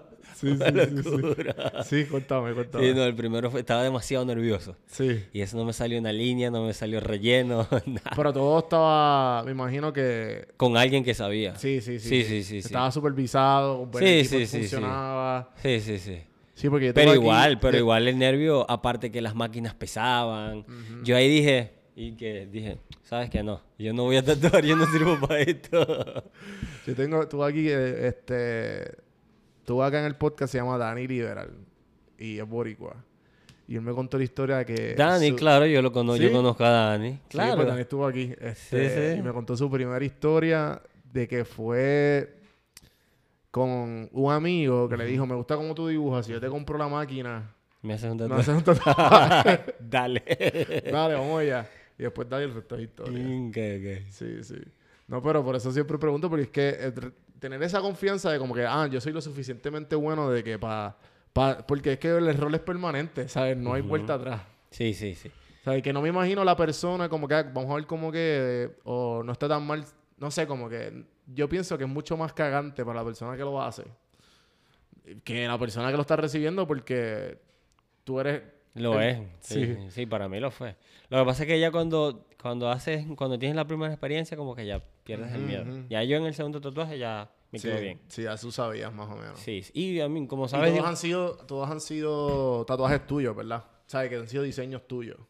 [SPEAKER 4] locura.
[SPEAKER 1] Sí, cuéntame.
[SPEAKER 4] Sí, no, el primero estaba demasiado nervioso.
[SPEAKER 1] Sí.
[SPEAKER 4] Y eso no me salió una línea, no me salió relleno, nada.
[SPEAKER 1] Pero todo estaba, me imagino que...
[SPEAKER 4] Con alguien que sabía.
[SPEAKER 1] Sí. Estaba
[SPEAKER 4] sí.
[SPEAKER 1] supervisado, un buen equipo que funcionaba.
[SPEAKER 4] Sí.
[SPEAKER 1] Sí, porque
[SPEAKER 4] Pero igual el nervio, aparte que las máquinas pesaban. Yo ahí dije, ¿sabes qué? No, yo no voy a tatuar, yo no sirvo para esto.
[SPEAKER 1] Tuve acá en el podcast, se llama Dani Liberal y es boricua. Y él me contó la historia de que...
[SPEAKER 4] Dani, claro, yo conozco a Dani. Claro.
[SPEAKER 1] Sí, pues Dani estuvo aquí. Y me contó su primera historia de que fue con un amigo que le dijo, me gusta cómo tú dibujas, si yo te compro la máquina...
[SPEAKER 4] Me haces un
[SPEAKER 1] Me
[SPEAKER 4] tatuaje.
[SPEAKER 1] haces un tatuaje.
[SPEAKER 4] Dale.
[SPEAKER 1] Dale, vamos allá. Y después dale el resto de historia.
[SPEAKER 4] Okay.
[SPEAKER 1] Sí. No, pero por eso siempre pregunto, porque es que tener esa confianza de como que, yo soy lo suficientemente bueno de que porque es que el error es permanente, ¿sabes? No hay vuelta atrás.
[SPEAKER 4] Sí.
[SPEAKER 1] ¿Sabes? Que no me imagino la persona como que, vamos a ver como que, o no está tan mal, no sé, como que yo pienso que es mucho más cagante para la persona que lo hace que la persona que lo está recibiendo porque tú eres...
[SPEAKER 4] Lo es. Sí, para mí lo fue. Lo que pasa es que ya cuando tienes la primera experiencia, como que ya pierdes el miedo. Ya yo en el segundo tatuaje ya me quedo bien.
[SPEAKER 1] Sí, ya tú sabías más o menos.
[SPEAKER 4] Sí, y a mí, como sabes...
[SPEAKER 1] Todos han sido tatuajes tuyos, ¿verdad? ¿Sabes? Que han sido diseños tuyos.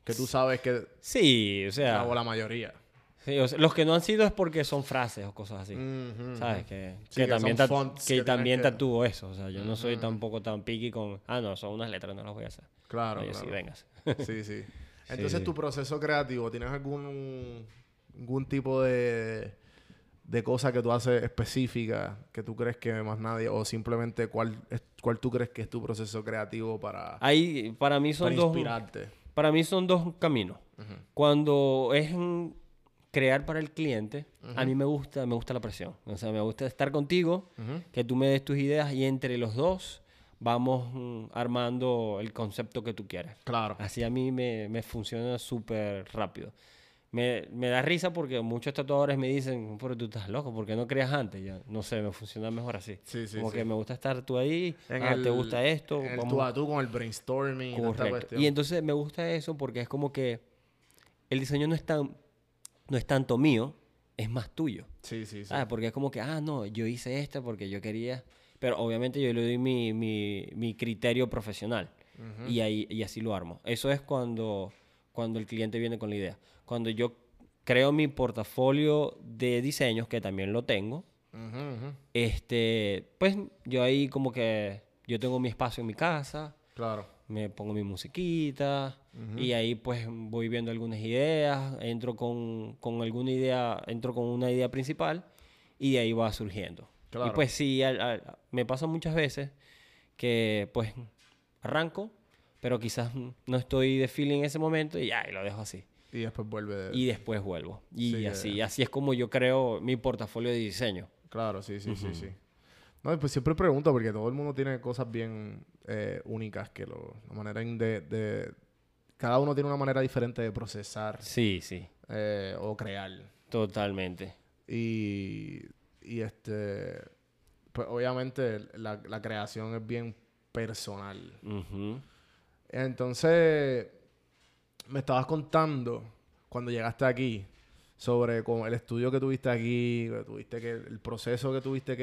[SPEAKER 1] Que tú sabes que...
[SPEAKER 4] Sí, o sea...
[SPEAKER 1] O la mayoría.
[SPEAKER 4] Sí, o sea, los que no han sido es porque son frases o cosas así. ¿Sabes?
[SPEAKER 1] Sí, que
[SPEAKER 4] también,
[SPEAKER 1] son fonts
[SPEAKER 4] que
[SPEAKER 1] que
[SPEAKER 4] también
[SPEAKER 1] tienes que-
[SPEAKER 4] tatúo eso. O sea, yo no soy tampoco tan picky con... Ah, no, son unas letras, no las voy a hacer.
[SPEAKER 1] Claro,
[SPEAKER 4] No, yo
[SPEAKER 1] claro.
[SPEAKER 4] sí, vengas.
[SPEAKER 1] Sí, sí. Entonces,
[SPEAKER 4] Sí.
[SPEAKER 1] tu proceso creativo, ¿tienes algún tipo de cosa que tú haces específica que tú crees que más nadie, o simplemente cuál tú crees que es tu proceso creativo para
[SPEAKER 4] Para mí son dos...
[SPEAKER 1] inspirarte?
[SPEAKER 4] Para mí son dos caminos. Cuando es crear para el cliente, a mí me gusta la presión. O sea, me gusta estar contigo, que tú me des tus ideas y entre los dos vamos armando el concepto que tú quieres.
[SPEAKER 1] Claro.
[SPEAKER 4] Así a mí me funciona súper rápido. Me da risa porque muchos tatuadores me dicen, pero tú estás loco, ¿por qué no creas antes? Ya, no sé, me funciona mejor así.
[SPEAKER 1] Sí, sí,
[SPEAKER 4] Como
[SPEAKER 1] sí.
[SPEAKER 4] que me gusta estar tú ahí,
[SPEAKER 1] En
[SPEAKER 4] ¿te gusta esto?
[SPEAKER 1] En el
[SPEAKER 4] Vamos-
[SPEAKER 1] tú a tú con el brainstorming y toda esta
[SPEAKER 4] Correcto.
[SPEAKER 1] cuestión.
[SPEAKER 4] Y entonces me gusta eso porque es como que el diseño no es tanto mío, es más tuyo.
[SPEAKER 1] Sí, sí, sí.
[SPEAKER 4] ¿Sabes? Porque es como que, no, yo hice esto porque yo quería... Pero obviamente yo le doy mi criterio profesional. Y así lo armo. Eso es cuando el cliente viene con la idea. Cuando yo creo mi portafolio de diseños, que también lo tengo, pues yo ahí como que... Yo tengo mi espacio en mi casa,
[SPEAKER 1] Claro.
[SPEAKER 4] me pongo mi musiquita y ahí pues voy viendo algunas ideas, entro con alguna idea, entro con una idea principal y de ahí va surgiendo.
[SPEAKER 1] Claro.
[SPEAKER 4] Y pues sí, me pasa muchas veces que pues arranco, pero quizás no estoy de feeling en ese momento y ya, y lo dejo así.
[SPEAKER 1] Y después vuelve.
[SPEAKER 4] Y después vuelvo. Y
[SPEAKER 1] Sí,
[SPEAKER 4] así es como yo creo mi portafolio de diseño.
[SPEAKER 1] Claro, sí, sí, sí, sí. No, pues siempre pregunto porque todo el mundo tiene cosas bien únicas que la manera cada uno tiene una manera diferente de procesar
[SPEAKER 4] Sí, sí,
[SPEAKER 1] o crear.
[SPEAKER 4] totalmente.
[SPEAKER 1] Y pues obviamente la creación es bien personal.
[SPEAKER 4] Ujú.
[SPEAKER 1] Entonces, me estabas contando cuando llegaste aquí sobre como el estudio que tuviste aquí, el proceso que tuviste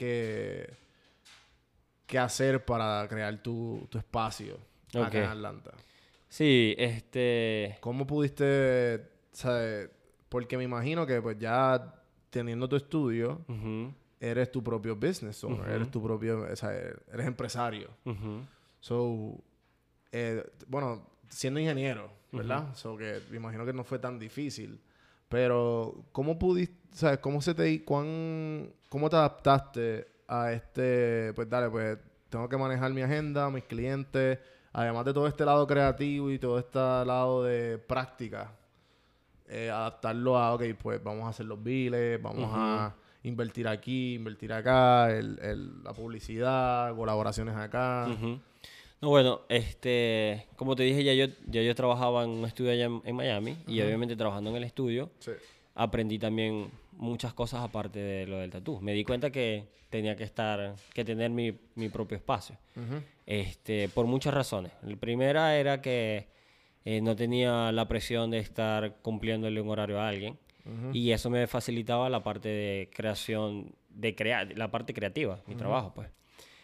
[SPEAKER 1] que hacer para crear tu espacio acá
[SPEAKER 4] Ok.
[SPEAKER 1] en Atlanta.
[SPEAKER 4] Sí,
[SPEAKER 1] ¿Cómo pudiste, porque me imagino que pues ya teniendo tu estudio,
[SPEAKER 4] Ujú,
[SPEAKER 1] eres tu propio business owner, eres tu propio, eres empresario.
[SPEAKER 4] ujú.
[SPEAKER 1] So, bueno, siendo ingeniero, ¿verdad? So que me imagino que no fue tan difícil. Pero, ¿cómo pudiste, sabes, cómo te adaptaste a pues dale, pues tengo que manejar mi agenda, mis clientes, además de todo este lado creativo y todo este lado de práctica, adaptarlo a, ok, pues vamos a hacer los biles, vamos a invertir aquí, invertir acá, la publicidad, colaboraciones acá.
[SPEAKER 4] Ujú. No, bueno, como te dije, ya yo trabajaba en un estudio allá en Miami y obviamente trabajando en el estudio
[SPEAKER 1] Sí.
[SPEAKER 4] aprendí también muchas cosas aparte de lo del tatú. Me di cuenta que tenía que tener mi propio espacio. Por muchas razones. La primera era que no tenía la presión de estar cumpliéndole un horario a alguien y eso me facilitaba la parte de creación, la parte creativa, mi trabajo, pues.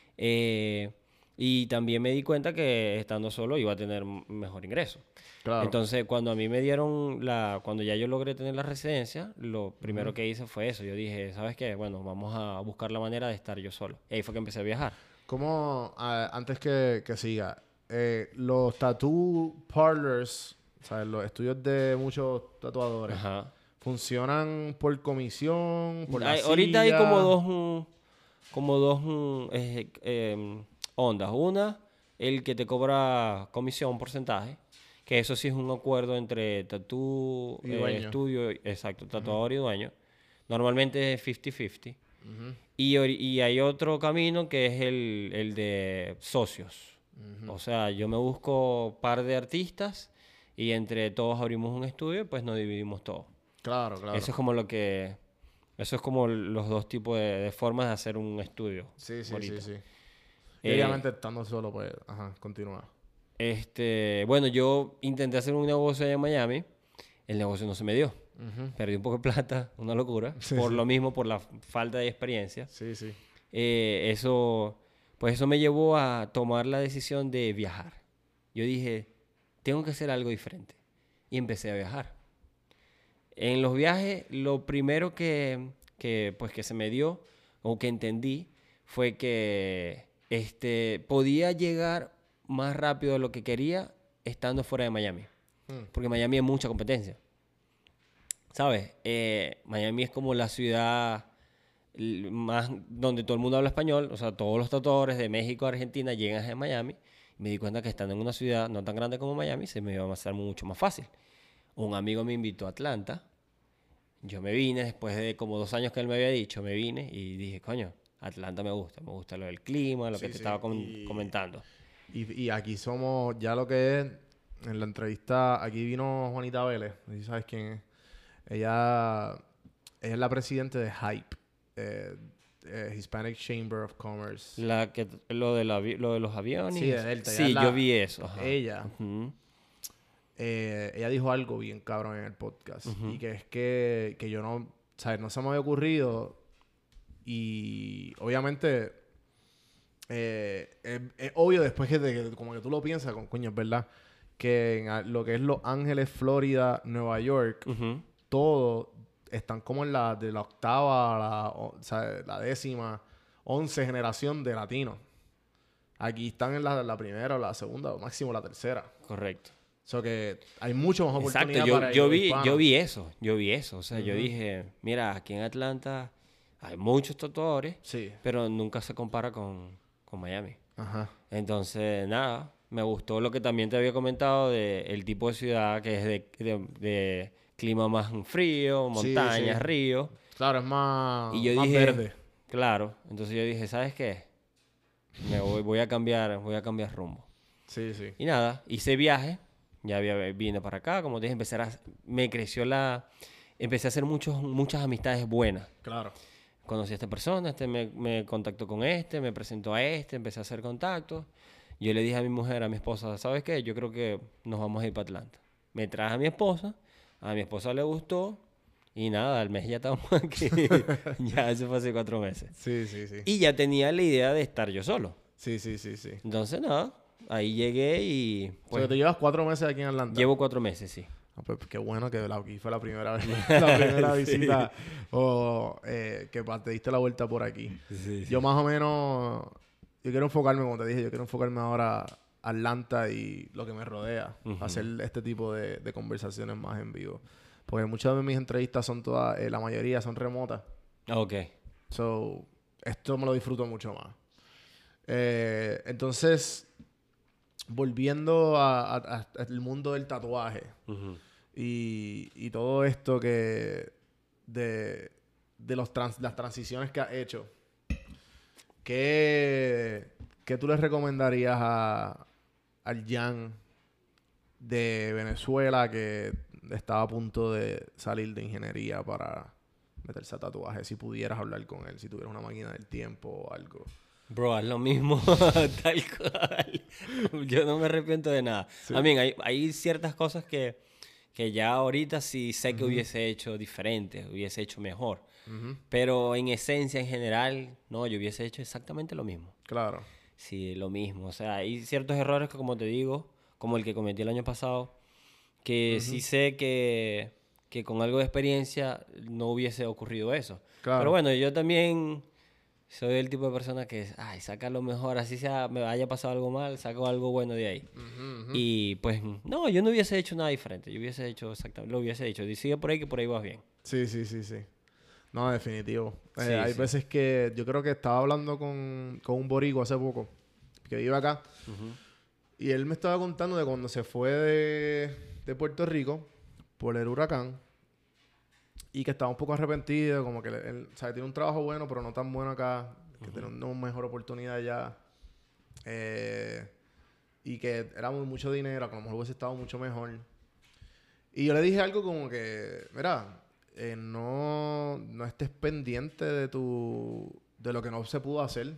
[SPEAKER 4] Y también me di cuenta que estando solo iba a tener mejor ingreso.
[SPEAKER 1] Claro.
[SPEAKER 4] Entonces, cuando a mí me dieron cuando ya yo logré tener la residencia, lo primero que hice fue eso. Yo dije, ¿sabes qué? Bueno, vamos a buscar la manera de estar yo solo. Y ahí fue que empecé a viajar.
[SPEAKER 1] ¿Cómo, antes que siga, los tattoo parlors, o sea, los estudios de muchos tatuadores,
[SPEAKER 4] Ajá.
[SPEAKER 1] funcionan por comisión, por la
[SPEAKER 4] Ahorita hay
[SPEAKER 1] silla?
[SPEAKER 4] como dos ondas. Una, el que te cobra comisión, un porcentaje, que eso sí es un acuerdo entre tatú,
[SPEAKER 1] Y dueño.
[SPEAKER 4] estudio, exacto, tatuador y dueño. Normalmente es 50-50. Y hay otro camino que es el de socios. O sea, yo me busco par de artistas y entre todos abrimos un estudio y pues nos dividimos todo.
[SPEAKER 1] Claro, claro.
[SPEAKER 4] Eso es como los dos tipos de formas de hacer un estudio.
[SPEAKER 1] Sí, sí,
[SPEAKER 4] ahorita.
[SPEAKER 1] sí, sí. Y obviamente estando solo, pues, continúa.
[SPEAKER 4] Bueno, yo intenté hacer un negocio allá en Miami. El negocio no se me dio. Perdí un poco de plata, una locura. Por lo mismo, por la falta de experiencia.
[SPEAKER 1] Sí, sí.
[SPEAKER 4] Eso me llevó a tomar la decisión de viajar. Yo dije, tengo que hacer algo diferente. y empecé a viajar. En los viajes, lo primero que se me dio o que entendí fue que podía llegar más rápido de lo que quería estando fuera de Miami. Porque Miami hay mucha competencia. ¿Sabes? Miami es como la ciudad más donde todo el mundo habla español. O sea, todos los tatuadores de México a Argentina llegan a Miami. Y me di cuenta que estando en una ciudad no tan grande como Miami, se me iba a hacer mucho más fácil. Un amigo me invitó a Atlanta. Yo me vine, después de como 2 años que él me había dicho, me vine y dije, coño, Atlanta me gusta lo del clima, lo que te estaba comentando.
[SPEAKER 1] Y aquí somos, ya lo que es, en la entrevista, aquí vino Juanita Vélez, no sé si sabes quién es. Ella es la presidenta de HYPE, Hispanic Chamber of Commerce.
[SPEAKER 4] Lo de los aviones.
[SPEAKER 1] Sí, de Delta.
[SPEAKER 4] Sí, yo vi eso. Ajá.
[SPEAKER 1] Ella dijo algo bien cabrón en el podcast. Y que es que yo no... ¿Sabes? No se me había ocurrido. Y obviamente... es obvio después que como que tú lo piensas, coño, es verdad. Que en lo que es Los Ángeles, Florida, Nueva York... Todos están como en de la octava, la 10ª, 11 generación de latinos. Aquí están en la primera o la segunda, o máximo la tercera.
[SPEAKER 4] Correcto.
[SPEAKER 1] O sea que hay mucho más oportunidad para
[SPEAKER 4] yo vi eso. O sea, yo dije, mira, aquí en Atlanta hay muchos tatuadores, pero nunca se compara con Miami.
[SPEAKER 1] Ajá.
[SPEAKER 4] Entonces, nada, me gustó lo que también te había comentado del tipo de ciudad que es de clima más frío, montañas, ríos.
[SPEAKER 1] Claro, es más,
[SPEAKER 4] y yo
[SPEAKER 1] más
[SPEAKER 4] dije,
[SPEAKER 1] verde.
[SPEAKER 4] Claro. Entonces yo dije, ¿sabes qué? Voy a cambiar rumbo.
[SPEAKER 1] Sí, sí.
[SPEAKER 4] Y nada, hice viaje. Ya vine para acá, como te dije, empecé a hacer muchas amistades buenas.
[SPEAKER 1] Claro.
[SPEAKER 4] Conocí a esta persona, me contactó con me presentó a empecé a hacer contactos. Yo le dije a mi esposa, ¿sabes qué? Yo creo que nos vamos a ir para Atlanta. Me traje a mi esposa le gustó, y nada, al mes ya estábamos aquí. Ya, eso fue hace 4 meses.
[SPEAKER 1] Sí, sí, sí.
[SPEAKER 4] Y ya tenía la idea de estar yo solo.
[SPEAKER 1] Sí.
[SPEAKER 4] Entonces, nada, ahí llegué y...
[SPEAKER 1] Pues, o sea, ¿te llevas 4 meses aquí en Atlanta?
[SPEAKER 4] Llevo 4 meses, sí.
[SPEAKER 1] Pues qué bueno que aquí fue la primera vez, la primera visita que te diste la vuelta por aquí.
[SPEAKER 4] Sí.
[SPEAKER 1] Yo más o menos, yo quiero enfocarme, como te dije, ahora Atlanta y lo que me rodea, hacer este tipo de conversaciones más en vivo. Porque muchas de mis entrevistas son todas, la mayoría son remotas.
[SPEAKER 4] Ok.
[SPEAKER 1] So, esto me lo disfruto mucho más. Entonces, volviendo al mundo del tatuaje y todo esto que de las transiciones que has hecho, ¿qué tú le recomendarías al Jan de Venezuela que estaba a punto de salir de ingeniería para meterse a tatuaje? Si pudieras hablar con él, si tuvieras una máquina del tiempo o algo.
[SPEAKER 4] Bro, haz lo mismo, tal cual. Yo no me arrepiento de nada.
[SPEAKER 1] Sí.
[SPEAKER 4] I mean, hay ciertas cosas que ya ahorita sí sé que hubiese hecho diferente, hubiese hecho mejor. Pero en esencia, en general, no, yo hubiese hecho exactamente lo mismo.
[SPEAKER 1] Claro.
[SPEAKER 4] Sí, lo mismo. O sea, hay ciertos errores que, como te digo, como el que cometí el año pasado, que sí sé que con algo de experiencia no hubiese ocurrido eso.
[SPEAKER 1] Claro.
[SPEAKER 4] Pero bueno, yo también soy el tipo de persona que, saca lo mejor, así sea, me haya pasado algo mal, saco algo bueno de ahí. Y pues, no, yo no hubiese hecho nada diferente. Yo hubiese hecho exactamente, lo hubiese hecho. Sigue por ahí, que por ahí vas bien.
[SPEAKER 1] Sí. No, definitivo.
[SPEAKER 4] Sí,
[SPEAKER 1] hay veces que yo creo que estaba hablando con un boricua hace poco, que vive acá. Y él me estaba contando de cuando se fue de Puerto Rico por el huracán y que estaba un poco arrepentido, como que él, o sea, tiene un trabajo bueno, pero no tan bueno acá, que tiene una mejor oportunidad allá. Y que era mucho dinero, que a lo mejor hubiese estado mucho mejor. Y yo le dije algo como que, mira, no estés pendiente de lo que no se pudo hacer.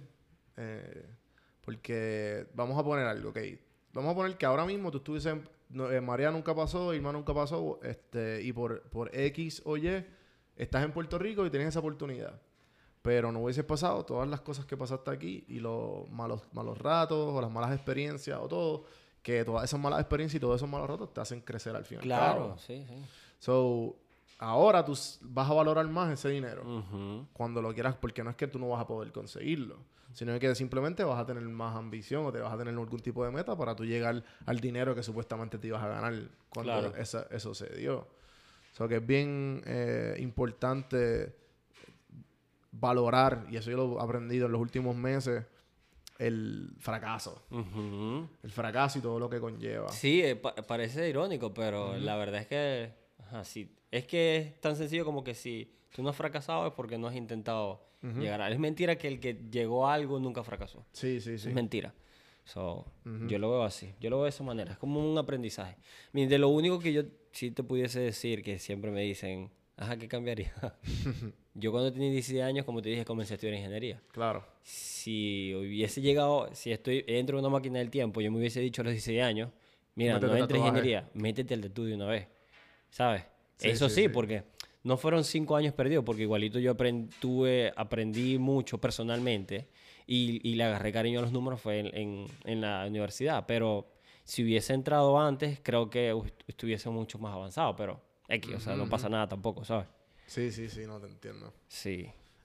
[SPEAKER 1] Porque vamos a poner algo, ok. Vamos a poner que ahora mismo tú estuvieses... María nunca pasó, Irma nunca pasó, y por X o Y estás en Puerto Rico y tienes esa oportunidad. Pero no hubieses pasado todas las cosas que pasaste aquí y los malos ratos o las malas experiencias o todo que todas esas malas experiencias y todos esos malos ratos te hacen crecer al final.
[SPEAKER 4] Claro, sí.
[SPEAKER 1] So, ahora tú vas a valorar más ese dinero
[SPEAKER 4] Ujú.
[SPEAKER 1] cuando lo quieras, porque no es que tú no vas a poder conseguirlo, sino que simplemente vas a tener más ambición o te vas a tener algún tipo de meta para tú llegar al dinero que supuestamente te ibas a ganar cuando
[SPEAKER 4] Claro.
[SPEAKER 1] eso se dio. So, que es bien importante valorar, y eso yo lo he aprendido en los últimos meses, el fracaso.
[SPEAKER 4] Ujú.
[SPEAKER 1] El fracaso y todo lo que conlleva.
[SPEAKER 4] Sí, parece irónico, pero la verdad es que, ajá, sí, es que es tan sencillo como que si tú no has fracasado es porque no has intentado llegar a... Es mentira que el que llegó a algo nunca fracasó.
[SPEAKER 1] Sí, sí,
[SPEAKER 4] Eso
[SPEAKER 1] sí.
[SPEAKER 4] es mentira. Yo lo veo así, yo lo veo de esa manera, es como un aprendizaje. Mira, de lo único que yo sí te pudiese decir, que siempre me dicen, ajá, ¿qué cambiaría? Yo cuando tenía 16 años, como te dije, comencé a estudiar ingeniería.
[SPEAKER 1] Claro.
[SPEAKER 4] Si hubiese llegado, si estoy dentro de una máquina del tiempo, yo me hubiese dicho a los 16 años, mira,
[SPEAKER 1] Métete
[SPEAKER 4] no entres en
[SPEAKER 1] tatuaje.
[SPEAKER 4] ingeniería, métete al de tú de una vez, ¿sabes?
[SPEAKER 1] Sí,
[SPEAKER 4] Eso
[SPEAKER 1] sí,
[SPEAKER 4] sí,
[SPEAKER 1] sí.
[SPEAKER 4] porque no fueron 5 años perdidos, porque igualito yo aprendí mucho personalmente y le agarré cariño a los números fue en la universidad, pero si hubiese entrado antes, creo que estuviese mucho más avanzado, pero X, o sea, no pasa nada tampoco, ¿sabes?
[SPEAKER 1] Sí, sí, sí, no te entiendo.
[SPEAKER 4] Sí.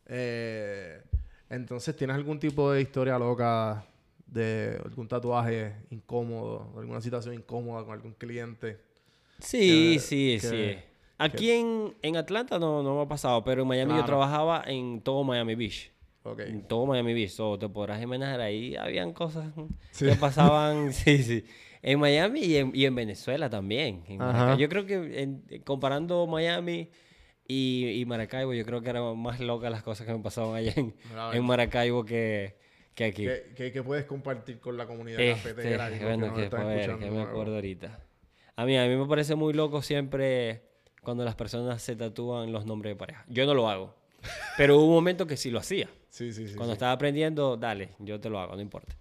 [SPEAKER 1] Entonces, ¿tienes algún tipo de historia loca de algún tatuaje incómodo, alguna situación incómoda con algún cliente?
[SPEAKER 4] Sí,
[SPEAKER 1] Que-
[SPEAKER 4] sí,
[SPEAKER 1] que-
[SPEAKER 4] sí. Aquí en Atlanta no me ha pasado, pero en Miami yo
[SPEAKER 1] Claro.
[SPEAKER 4] trabajaba en todo Miami Beach.
[SPEAKER 1] Ok.
[SPEAKER 4] En todo Miami Beach. So, te podrás imaginar, ahí habían cosas
[SPEAKER 1] Sí.
[SPEAKER 4] que pasaban, sí, sí. En Miami y en Venezuela también. En
[SPEAKER 1] Ajá.
[SPEAKER 4] Maracaibo. Yo creo que comparando Miami y Maracaibo, yo creo que eran más locas las cosas que me pasaban allá
[SPEAKER 1] Claro.
[SPEAKER 4] en Maracaibo que aquí.
[SPEAKER 1] ¿Qué puedes compartir con la comunidad
[SPEAKER 4] Este,
[SPEAKER 1] cafetera? Que
[SPEAKER 4] bueno,
[SPEAKER 1] nos
[SPEAKER 4] que,
[SPEAKER 1] están
[SPEAKER 4] a ver,
[SPEAKER 1] escuchando
[SPEAKER 4] que me
[SPEAKER 1] nuevo?
[SPEAKER 4] acuerdo ahorita. A mí me parece muy loco siempre cuando las personas se tatúan los nombres de pareja. Yo no lo hago. Pero hubo un momento que sí lo hacía.
[SPEAKER 1] Sí, sí, sí.
[SPEAKER 4] Cuando
[SPEAKER 1] sí.
[SPEAKER 4] estaba aprendiendo, dale, yo te lo hago, no importa.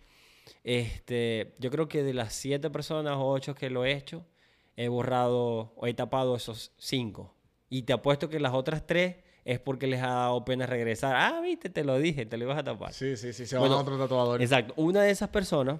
[SPEAKER 4] Yo creo que de las 7 personas o 8 que lo he hecho, he borrado o he tapado esos 5. Y te apuesto que las otras 3 es porque les ha dado pena regresar. Ah, viste, te lo dije, te lo ibas a tapar.
[SPEAKER 1] Sí, sí, sí. Se
[SPEAKER 4] Bueno,
[SPEAKER 1] van a otro tatuador.
[SPEAKER 4] Exacto. Una de esas personas,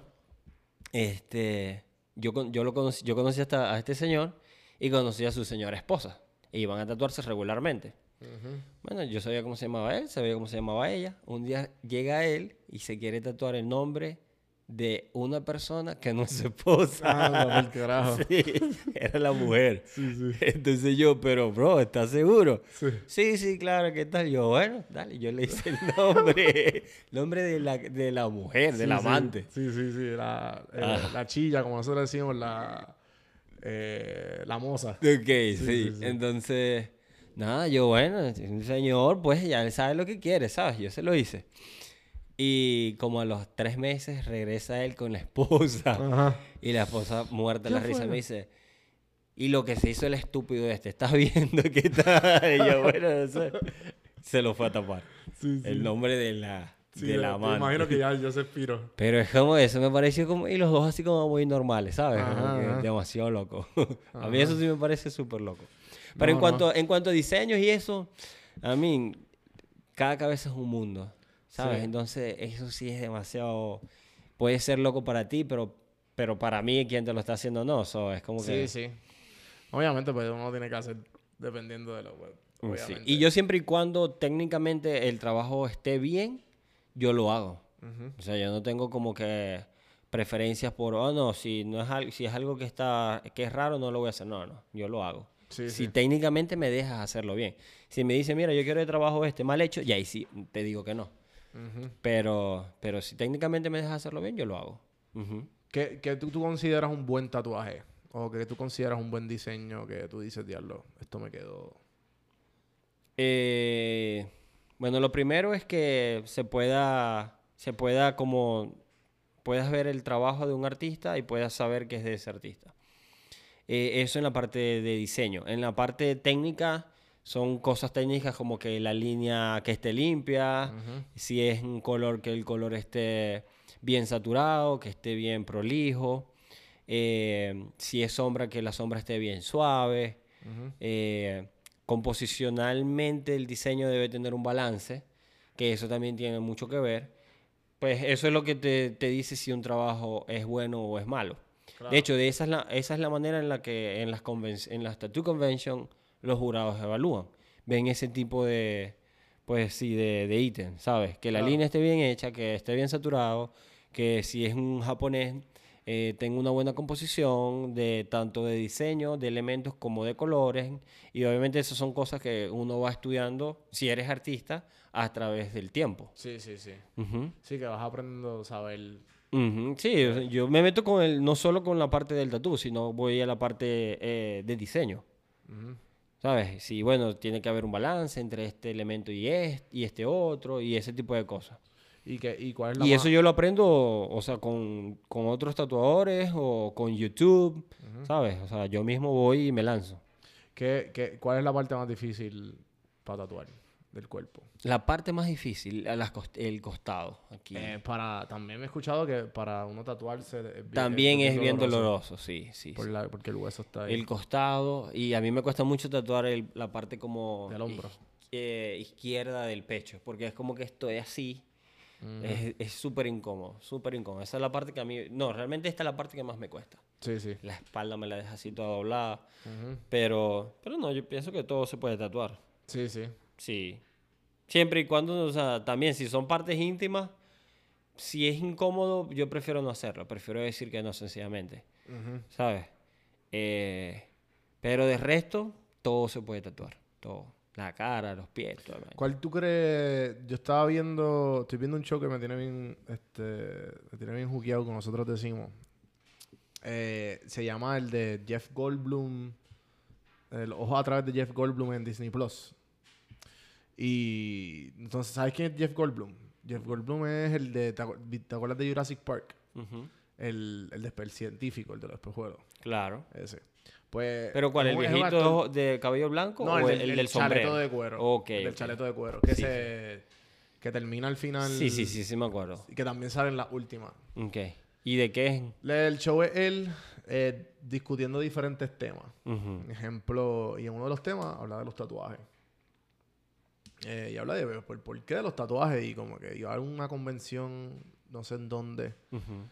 [SPEAKER 4] yo conocí a este señor y conocí a su señora esposa. E iban a tatuarse regularmente. Bueno, yo sabía cómo se llamaba él, sabía cómo se llamaba ella. Un día llega él y se quiere tatuar el nombre de una persona que no es su esposa.
[SPEAKER 1] Ah, por carajo.
[SPEAKER 4] Sí, era la mujer. Entonces yo, pero bro, ¿estás seguro?
[SPEAKER 1] Sí.
[SPEAKER 4] Sí, claro, ¿qué tal? Yo, bueno, dale, yo le hice el nombre de la mujer, del
[SPEAKER 1] Sí, sí.
[SPEAKER 4] amante.
[SPEAKER 1] Sí, sí, sí. La chilla, como nosotros decimos, la moza.
[SPEAKER 4] Ok,
[SPEAKER 1] sí,
[SPEAKER 4] sí.
[SPEAKER 1] sí.
[SPEAKER 4] Entonces, nada, yo, bueno, un señor, pues ya él sabe lo que quiere, ¿sabes? Yo se lo hice. Y como a los 3 meses regresa él con la esposa.
[SPEAKER 1] Ajá.
[SPEAKER 4] Y la esposa muerta de la
[SPEAKER 1] ¿Qué
[SPEAKER 4] risa
[SPEAKER 1] fue?
[SPEAKER 4] me dice, y lo que se hizo el estúpido ¿estás viendo qué tal? Y yo, bueno, no sé. Se lo fue a tapar.
[SPEAKER 1] Sí, sí.
[SPEAKER 4] El nombre de la
[SPEAKER 1] Sí,
[SPEAKER 4] de la
[SPEAKER 1] me
[SPEAKER 4] amante.
[SPEAKER 1] imagino que ya se expiró.
[SPEAKER 4] Pero es como eso, me pareció como... Y los dos así como muy normales, ¿sabes? Como
[SPEAKER 1] Ajá,
[SPEAKER 4] que
[SPEAKER 1] ajá.
[SPEAKER 4] demasiado loco. A mí
[SPEAKER 1] Ajá.
[SPEAKER 4] eso sí me parece súper loco. Pero
[SPEAKER 1] No,
[SPEAKER 4] en cuanto a diseños y eso, a mí, cada cabeza es un mundo, ¿sabes?
[SPEAKER 1] Sí.
[SPEAKER 4] Entonces, eso sí es demasiado... Puede ser loco para ti, pero para mí, quien te lo está haciendo, no. So, es como que...
[SPEAKER 1] Sí, sí. Obviamente, pues uno tiene que hacer dependiendo de lo web.
[SPEAKER 4] Sí.
[SPEAKER 1] Obviamente.
[SPEAKER 4] Y yo siempre y cuando técnicamente el trabajo esté bien, yo lo hago. O sea, yo no tengo como que preferencias por, oh no, si es algo que es raro, no lo voy a hacer. No, yo lo hago.
[SPEAKER 1] Sí,
[SPEAKER 4] Si
[SPEAKER 1] sí.
[SPEAKER 4] técnicamente me dejas hacerlo bien. Si me dice, mira, yo quiero el trabajo mal hecho, y ahí sí te digo que no. Pero si técnicamente me dejas hacerlo bien, yo lo hago. Ujú.
[SPEAKER 1] ¿Qué tú consideras un buen tatuaje? O que tú consideras un buen diseño que tú dices, diablo, esto me quedó...
[SPEAKER 4] Bueno, lo primero es que se pueda como puedas ver el trabajo de un artista y puedas saber que es de ese artista. Eso en la parte de diseño. En la parte técnica son cosas técnicas como que la línea que esté limpia, si es un color, que el color esté bien saturado, que esté bien prolijo, si es sombra, que la sombra esté bien suave. Composicionalmente el diseño debe tener un balance, que eso también tiene mucho que ver. Pues eso es lo que te dice si un trabajo es bueno o es malo.
[SPEAKER 1] Claro.
[SPEAKER 4] De hecho, esa es la manera en la que en las Tattoo Convention los jurados evalúan. Ven ese tipo de, pues sí, de ítem, ¿sabes? Que la
[SPEAKER 1] Claro.
[SPEAKER 4] línea esté bien hecha, que esté bien saturado, que si es un japonés tenga una buena composición de tanto de diseño, de elementos como de colores. Y obviamente esas son cosas que uno va estudiando, si eres artista, a través del tiempo.
[SPEAKER 1] Sí, sí, sí.
[SPEAKER 4] Ujú.
[SPEAKER 1] Sí, que vas aprendiendo a saber.
[SPEAKER 4] Ujú, sí, o sea, yo me meto no solo con la parte del tatú, sino voy a la parte de diseño,
[SPEAKER 1] Ujú.
[SPEAKER 4] ¿sabes? Sí, bueno, tiene que haber un balance entre este elemento y este otro, y ese tipo de cosas.
[SPEAKER 1] ¿Y cuál es la
[SPEAKER 4] Y
[SPEAKER 1] más?
[SPEAKER 4] eso yo lo aprendo, o sea, con otros tatuadores o con YouTube, ¿sabes? O sea, yo mismo voy y me lanzo.
[SPEAKER 1] ¿Cuál es la parte más difícil para tatuar del cuerpo?
[SPEAKER 4] La parte más difícil, el costado, aquí.
[SPEAKER 1] También me he escuchado que para uno tatuarse
[SPEAKER 4] También es bien doloroso, sí, sí, sí.
[SPEAKER 1] porque el hueso está ahí.
[SPEAKER 4] El costado, y a mí me cuesta mucho tatuar la parte como
[SPEAKER 1] Del hombro.
[SPEAKER 4] izquierda del pecho, porque es como que estoy así, es súper incómodo, súper incómodo. Esa es la parte que a mí, no, realmente esta es la parte que más me cuesta.
[SPEAKER 1] Sí, sí.
[SPEAKER 4] La espalda me la deja así toda doblada,
[SPEAKER 1] Ujú.
[SPEAKER 4] pero no, yo pienso que todo se puede tatuar,
[SPEAKER 1] Sí, sí.
[SPEAKER 4] sí. Siempre y cuando, o sea, también si son partes íntimas, si es incómodo, yo prefiero no hacerlo, prefiero decir que no, sencillamente.
[SPEAKER 1] Ujú.
[SPEAKER 4] ¿Sabes? Pero de resto, todo se puede tatuar. Todo. La cara, los pies, todo.
[SPEAKER 1] ¿Cuál tú crees? Estoy viendo un show que me tiene bien juqueado, como nosotros decimos. Se llama el de Jeff Goldblum, El ojo a través de Jeff Goldblum en Disney Plus. Y entonces, ¿sabes quién es Jeff Goldblum? Jeff Goldblum es el de, ¿te acuerdas de Jurassic Park?
[SPEAKER 4] Ujú.
[SPEAKER 1] El del científico, el de los espejuelos.
[SPEAKER 4] Claro.
[SPEAKER 1] Ese. Pues,
[SPEAKER 4] ¿Pero cuál? ¿El
[SPEAKER 1] es un
[SPEAKER 4] viejito
[SPEAKER 1] actor-
[SPEAKER 4] de cabello blanco
[SPEAKER 1] No,
[SPEAKER 4] o
[SPEAKER 1] el
[SPEAKER 4] el del sombrero?
[SPEAKER 1] chaleto de cuero.
[SPEAKER 4] Ok,
[SPEAKER 1] El del
[SPEAKER 4] ok.
[SPEAKER 1] chaleto de cuero.
[SPEAKER 4] Sí,
[SPEAKER 1] Que termina al final.
[SPEAKER 4] Sí, me acuerdo.
[SPEAKER 1] Y que también sale en la última.
[SPEAKER 4] Ok. ¿Y de qué es?
[SPEAKER 1] El show es él discutiendo diferentes temas.
[SPEAKER 4] Ujú.
[SPEAKER 1] Por ejemplo, y en uno de los temas habla de los tatuajes. Y habla de por qué de los tatuajes. Y como que iba a una convención, no sé en dónde.
[SPEAKER 4] Ujú.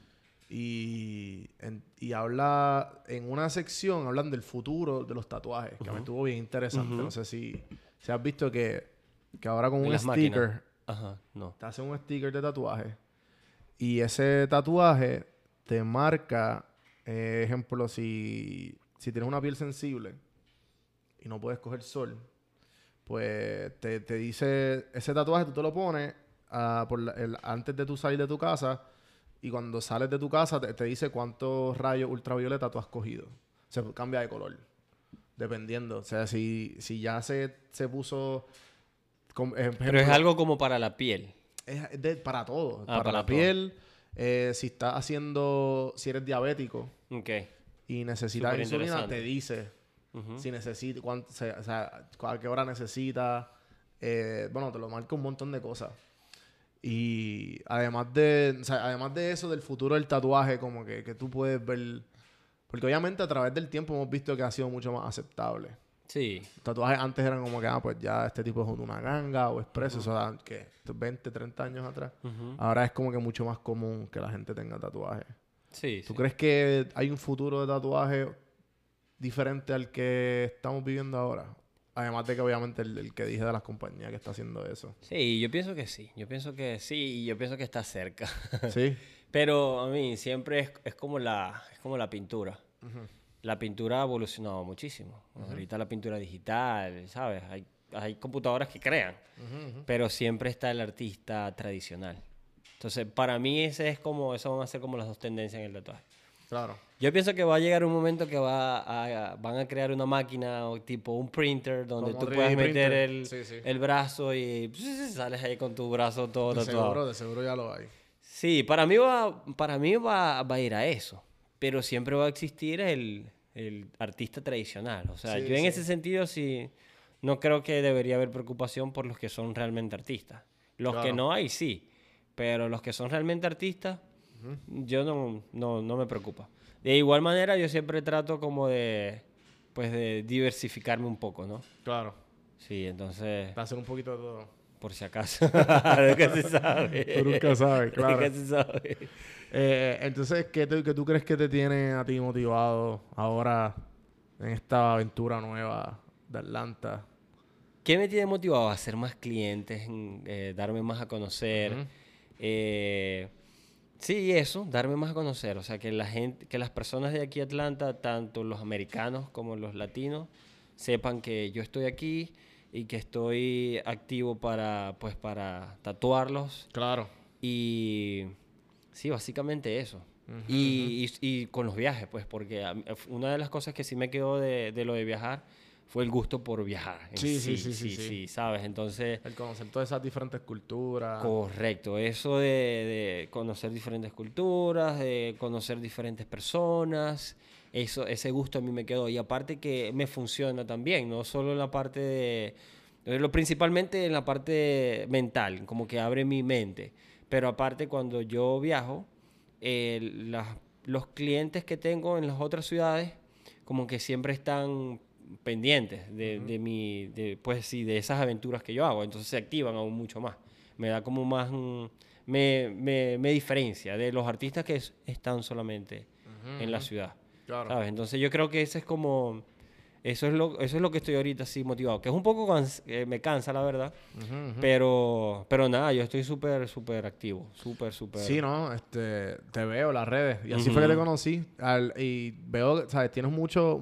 [SPEAKER 1] Y habla, en una sección, hablan del futuro de los tatuajes. Que me estuvo bien interesante.
[SPEAKER 4] Ujú.
[SPEAKER 1] No sé si has visto que ahora con
[SPEAKER 4] De
[SPEAKER 1] un
[SPEAKER 4] las
[SPEAKER 1] sticker,
[SPEAKER 4] máquinas. Ajá, no.
[SPEAKER 1] te hacen un sticker de tatuaje. Y ese tatuaje te marca, ejemplo, si tienes una piel sensible y no puedes coger sol, pues te dice, ese tatuaje tú te lo pones antes de tú salir de tu casa, y cuando sales de tu casa te dice cuántos rayos ultravioleta tú has cogido. Se cambia de color, dependiendo. O sea, si ya se puso...
[SPEAKER 4] Pero es algo como para la piel.
[SPEAKER 1] para todo.
[SPEAKER 4] Ah,
[SPEAKER 1] para la
[SPEAKER 4] todo.
[SPEAKER 1] piel, si eres diabético
[SPEAKER 4] Ok.
[SPEAKER 1] y necesitas
[SPEAKER 4] Súper
[SPEAKER 1] insulina,
[SPEAKER 4] interesante.
[SPEAKER 1] te dice
[SPEAKER 4] Ujú.
[SPEAKER 1] si necesita, a qué hora necesita. Bueno, te lo marca un montón de cosas. Y además de eso, del futuro del tatuaje, como que tú puedes ver. Porque obviamente a través del tiempo hemos visto que ha sido mucho más aceptable.
[SPEAKER 4] Sí.
[SPEAKER 1] Los tatuajes antes eran como que, pues ya este tipo es una ganga o expreso, eso da, ¿qué? 20, 30 años atrás.
[SPEAKER 4] Ujú.
[SPEAKER 1] Ahora es como que mucho más común que la gente tenga tatuajes.
[SPEAKER 4] Sí,
[SPEAKER 1] ¿Tú
[SPEAKER 4] sí.
[SPEAKER 1] crees que hay un futuro de tatuaje diferente al que estamos viviendo ahora? Además de que obviamente el que dije de las compañías que está haciendo eso.
[SPEAKER 4] Sí, yo pienso que sí. Yo pienso que sí y yo pienso que está cerca.
[SPEAKER 1] ¿Sí?
[SPEAKER 4] Pero a mí siempre es como la pintura. La pintura ha evolucionado muchísimo. Ahorita la pintura digital, ¿sabes? Hay computadoras que crean, pero siempre está el artista tradicional. Entonces, para mí esas van a ser como las dos tendencias en el tatuaje.
[SPEAKER 1] Claro.
[SPEAKER 4] Yo pienso que va a llegar un momento que van a crear una máquina o tipo un printer donde
[SPEAKER 1] Como
[SPEAKER 4] tú
[SPEAKER 1] 3D
[SPEAKER 4] puedas meter
[SPEAKER 1] printer. Sí.
[SPEAKER 4] el brazo y sales ahí con tu brazo todo tatuado.
[SPEAKER 1] De seguro ya lo hay.
[SPEAKER 4] Sí, para mí va a ir a eso, pero siempre va a existir el artista tradicional. O sea,
[SPEAKER 1] Sí,
[SPEAKER 4] yo en
[SPEAKER 1] sí.
[SPEAKER 4] ese sentido sí no creo que debería haber preocupación por los que son realmente artistas. Los que
[SPEAKER 1] Claro.
[SPEAKER 4] no hay, sí, pero los que son realmente artistas, yo no me preocupa. De igual manera, yo siempre trato como de diversificarme un poco, ¿no?
[SPEAKER 1] Claro.
[SPEAKER 4] Sí, entonces...
[SPEAKER 1] Va a ser un poquito de todo.
[SPEAKER 4] por si acaso. Nunca se sabe.
[SPEAKER 1] Tú nunca sabes, claro.
[SPEAKER 4] Nunca se sabe.
[SPEAKER 1] Entonces, ¿qué tú crees que te tiene a ti motivado ahora en esta aventura nueva de Atlanta?
[SPEAKER 4] ¿Qué me tiene motivado? A hacer más clientes, darme más a conocer.
[SPEAKER 1] Ujú.
[SPEAKER 4] Sí, eso, darme más a conocer. O sea, que la gente, que las personas de aquí a Atlanta, tanto los americanos como los latinos, sepan que yo estoy aquí y que estoy activo para tatuarlos.
[SPEAKER 1] Claro.
[SPEAKER 4] Y sí, básicamente eso.
[SPEAKER 1] Ujú,
[SPEAKER 4] Y con los viajes, pues, porque una de las cosas que sí me quedó de lo de viajar fue el gusto por viajar. En
[SPEAKER 1] Sí.
[SPEAKER 4] ¿sabes? Entonces,
[SPEAKER 1] El conocer todas esas diferentes culturas.
[SPEAKER 4] correcto, eso de conocer diferentes culturas, de conocer diferentes personas, ese gusto a mí me quedó. Y aparte que me funciona también, no solo en la parte principalmente en la parte mental, como que abre mi mente. Pero aparte cuando yo viajo, los clientes que tengo en las otras ciudades, como que siempre están pendientes de esas aventuras que yo hago. Entonces se activan aún mucho más. Me da como más... me diferencia de los artistas que están solamente en la ciudad.
[SPEAKER 1] Claro.
[SPEAKER 4] ¿Sabes? Entonces yo creo que ese es como... Eso es lo que estoy ahorita así motivado. Que es un poco... me cansa, la verdad. Pero nada, yo estoy súper activo. Súper.
[SPEAKER 1] Sí, ¿no? Te veo las redes. Y así fue que te conocí. Y veo, ¿sabes? Tienes muchos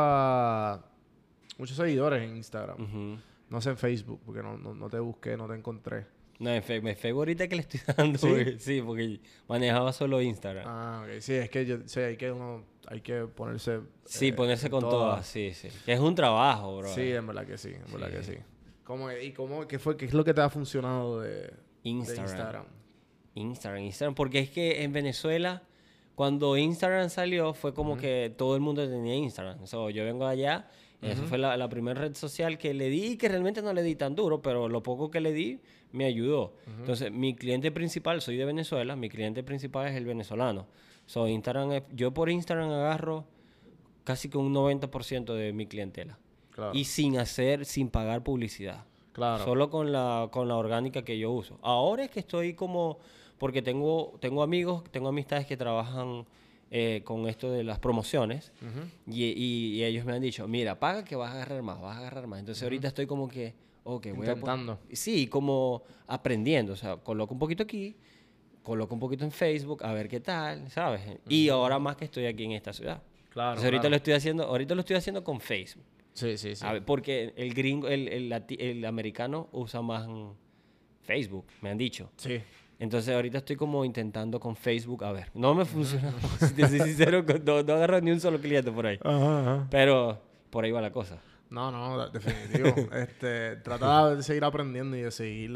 [SPEAKER 1] seguidores en Instagram. No sé en Facebook, porque no te busqué, no te encontré.
[SPEAKER 4] No, en Facebook ahorita que le estoy dando.
[SPEAKER 1] ¿Sí?
[SPEAKER 4] Sí, porque manejaba solo Instagram.
[SPEAKER 1] Ah, ok. Sí, es que hay que ponerse...
[SPEAKER 4] Sí, ponerse
[SPEAKER 1] en
[SPEAKER 4] con todas, sí. Que es un trabajo, bro.
[SPEAKER 1] Sí, en verdad que sí, en verdad que sí. ¿Qué es lo que te ha funcionado de
[SPEAKER 4] Instagram.
[SPEAKER 1] Instagram?
[SPEAKER 4] Instagram, porque es que en Venezuela, cuando Instagram salió, fue como que todo el mundo tenía Instagram. Yo vengo de allá, esa fue la primera red social que le di, que realmente no le di tan duro, pero lo poco que le di me ayudó. Entonces, mi cliente principal, soy de Venezuela, mi cliente principal es el venezolano. Instagram, yo por Instagram agarro casi que un 90% de mi clientela.
[SPEAKER 1] Claro.
[SPEAKER 4] Y sin pagar publicidad.
[SPEAKER 1] Claro.
[SPEAKER 4] Solo con la orgánica que yo uso. Ahora es que estoy como... Porque tengo amigos, tengo amistades que trabajan con esto de las promociones. Y ellos me han dicho, mira, paga que vas a agarrar más. Entonces ahorita estoy como que... Okay,
[SPEAKER 1] intentando.
[SPEAKER 4] Sí, como aprendiendo. O sea, coloco un poquito aquí, coloco un poquito en Facebook, a ver qué tal, ¿sabes? Y ahora más que estoy aquí en esta ciudad.
[SPEAKER 1] Claro,
[SPEAKER 4] Entonces ahorita lo estoy haciendo con Facebook.
[SPEAKER 1] Sí.
[SPEAKER 4] A ver, porque el gringo, el americano usa más Facebook, me han dicho.
[SPEAKER 1] Sí.
[SPEAKER 4] Entonces ahorita estoy como intentando con Facebook, a ver, no me funciona. Si te soy sincero, no agarro ni un solo cliente por ahí.
[SPEAKER 1] Ajá.
[SPEAKER 4] Pero por ahí va la cosa.
[SPEAKER 1] No, definitivo. Trata de seguir aprendiendo y de seguir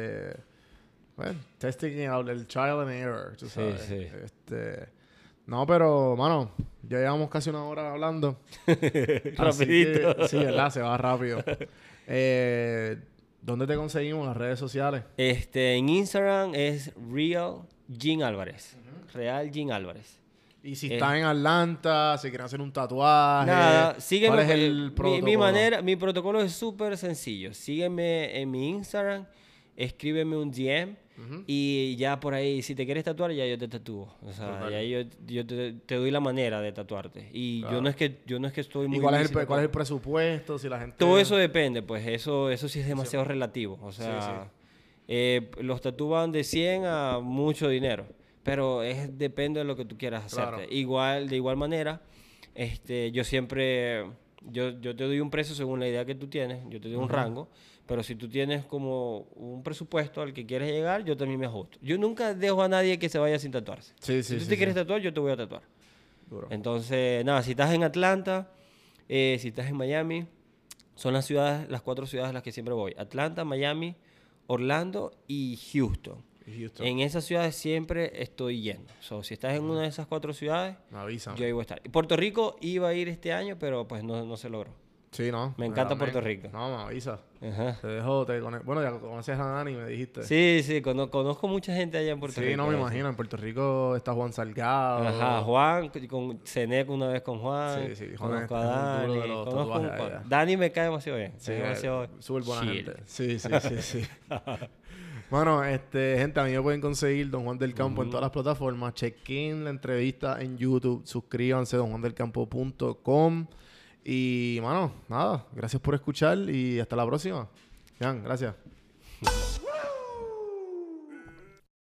[SPEAKER 1] testing it out, el trial and error, tú sabes.
[SPEAKER 4] Sí.
[SPEAKER 1] No, pero, mano, ya llevamos casi una hora hablando.
[SPEAKER 4] Rapidito.
[SPEAKER 1] Sí, ¿verdad? Se va rápido. ¿Dónde te conseguimos? Las redes sociales.
[SPEAKER 4] En Instagram es Real Jim Álvarez. Real Jim Álvarez.
[SPEAKER 1] Y si estás en Atlanta, si quieren hacer un tatuaje.
[SPEAKER 4] Nada, sígueme.
[SPEAKER 1] ¿Cuál es el protocolo?
[SPEAKER 4] Mi protocolo es súper sencillo. Sígueme en mi Instagram, escríbeme un DM y ya por ahí, si te quieres tatuar, ya yo te tatúo. O sea, ya yo te doy la manera de tatuarte. Y
[SPEAKER 1] claro.
[SPEAKER 4] yo no es que estoy muy...
[SPEAKER 1] ¿Y cuál es el presupuesto? Si la gente...
[SPEAKER 4] Todo eso depende, pues eso sí es demasiado relativo. O sea, los tatúan de 100 a mucho dinero. Pero depende de lo que tú quieras hacerte.
[SPEAKER 1] Claro.
[SPEAKER 4] De igual manera, yo siempre... Yo te doy un precio según la idea que tú tienes. Yo te doy un rango. Pero si tú tienes como un presupuesto al que quieres llegar, yo también me ajusto. Yo nunca dejo a nadie que se vaya sin tatuarse. Si tú te quieres tatuar, yo te voy a tatuar.
[SPEAKER 1] Duro.
[SPEAKER 4] Entonces, nada, si estás en Atlanta, si estás en Miami, son las 4 ciudades a las que siempre voy. Atlanta, Miami, Orlando y Houston. En esas ciudades siempre estoy yendo. Si estás en una de esas 4 ciudades,
[SPEAKER 1] me avisan.
[SPEAKER 4] yo ahí voy a estar. Puerto Rico iba a ir este año, pero pues no se logró.
[SPEAKER 1] Sí, no.
[SPEAKER 4] Me encanta
[SPEAKER 1] también.
[SPEAKER 4] Puerto Rico.
[SPEAKER 1] No, me avisa.
[SPEAKER 4] Ajá.
[SPEAKER 1] Bueno, ya conoces a Dani, me dijiste.
[SPEAKER 4] Sí, conozco mucha gente allá en Puerto Rico.
[SPEAKER 1] Sí, no me
[SPEAKER 4] sí.
[SPEAKER 1] imagino. En Puerto Rico está Juan Salgado.
[SPEAKER 4] Ajá, Juan, cené una vez con Juan.
[SPEAKER 1] Sí, Juan
[SPEAKER 4] Conozco a
[SPEAKER 1] es un
[SPEAKER 4] Dani.
[SPEAKER 1] duro de los
[SPEAKER 4] Conozco
[SPEAKER 1] tatuajes allá.
[SPEAKER 4] Dani me cae demasiado bien.
[SPEAKER 1] Sí,
[SPEAKER 4] demasiado
[SPEAKER 1] súper buena
[SPEAKER 4] chill.
[SPEAKER 1] gente. Sí. Bueno, gente, a mí me pueden conseguir Don Juan del Campo en todas las plataformas. Chequen la entrevista en YouTube. Suscríbanse, donjuandelcampo.com. Y, mano, nada. Gracias por escuchar y hasta la próxima. Jan, gracias.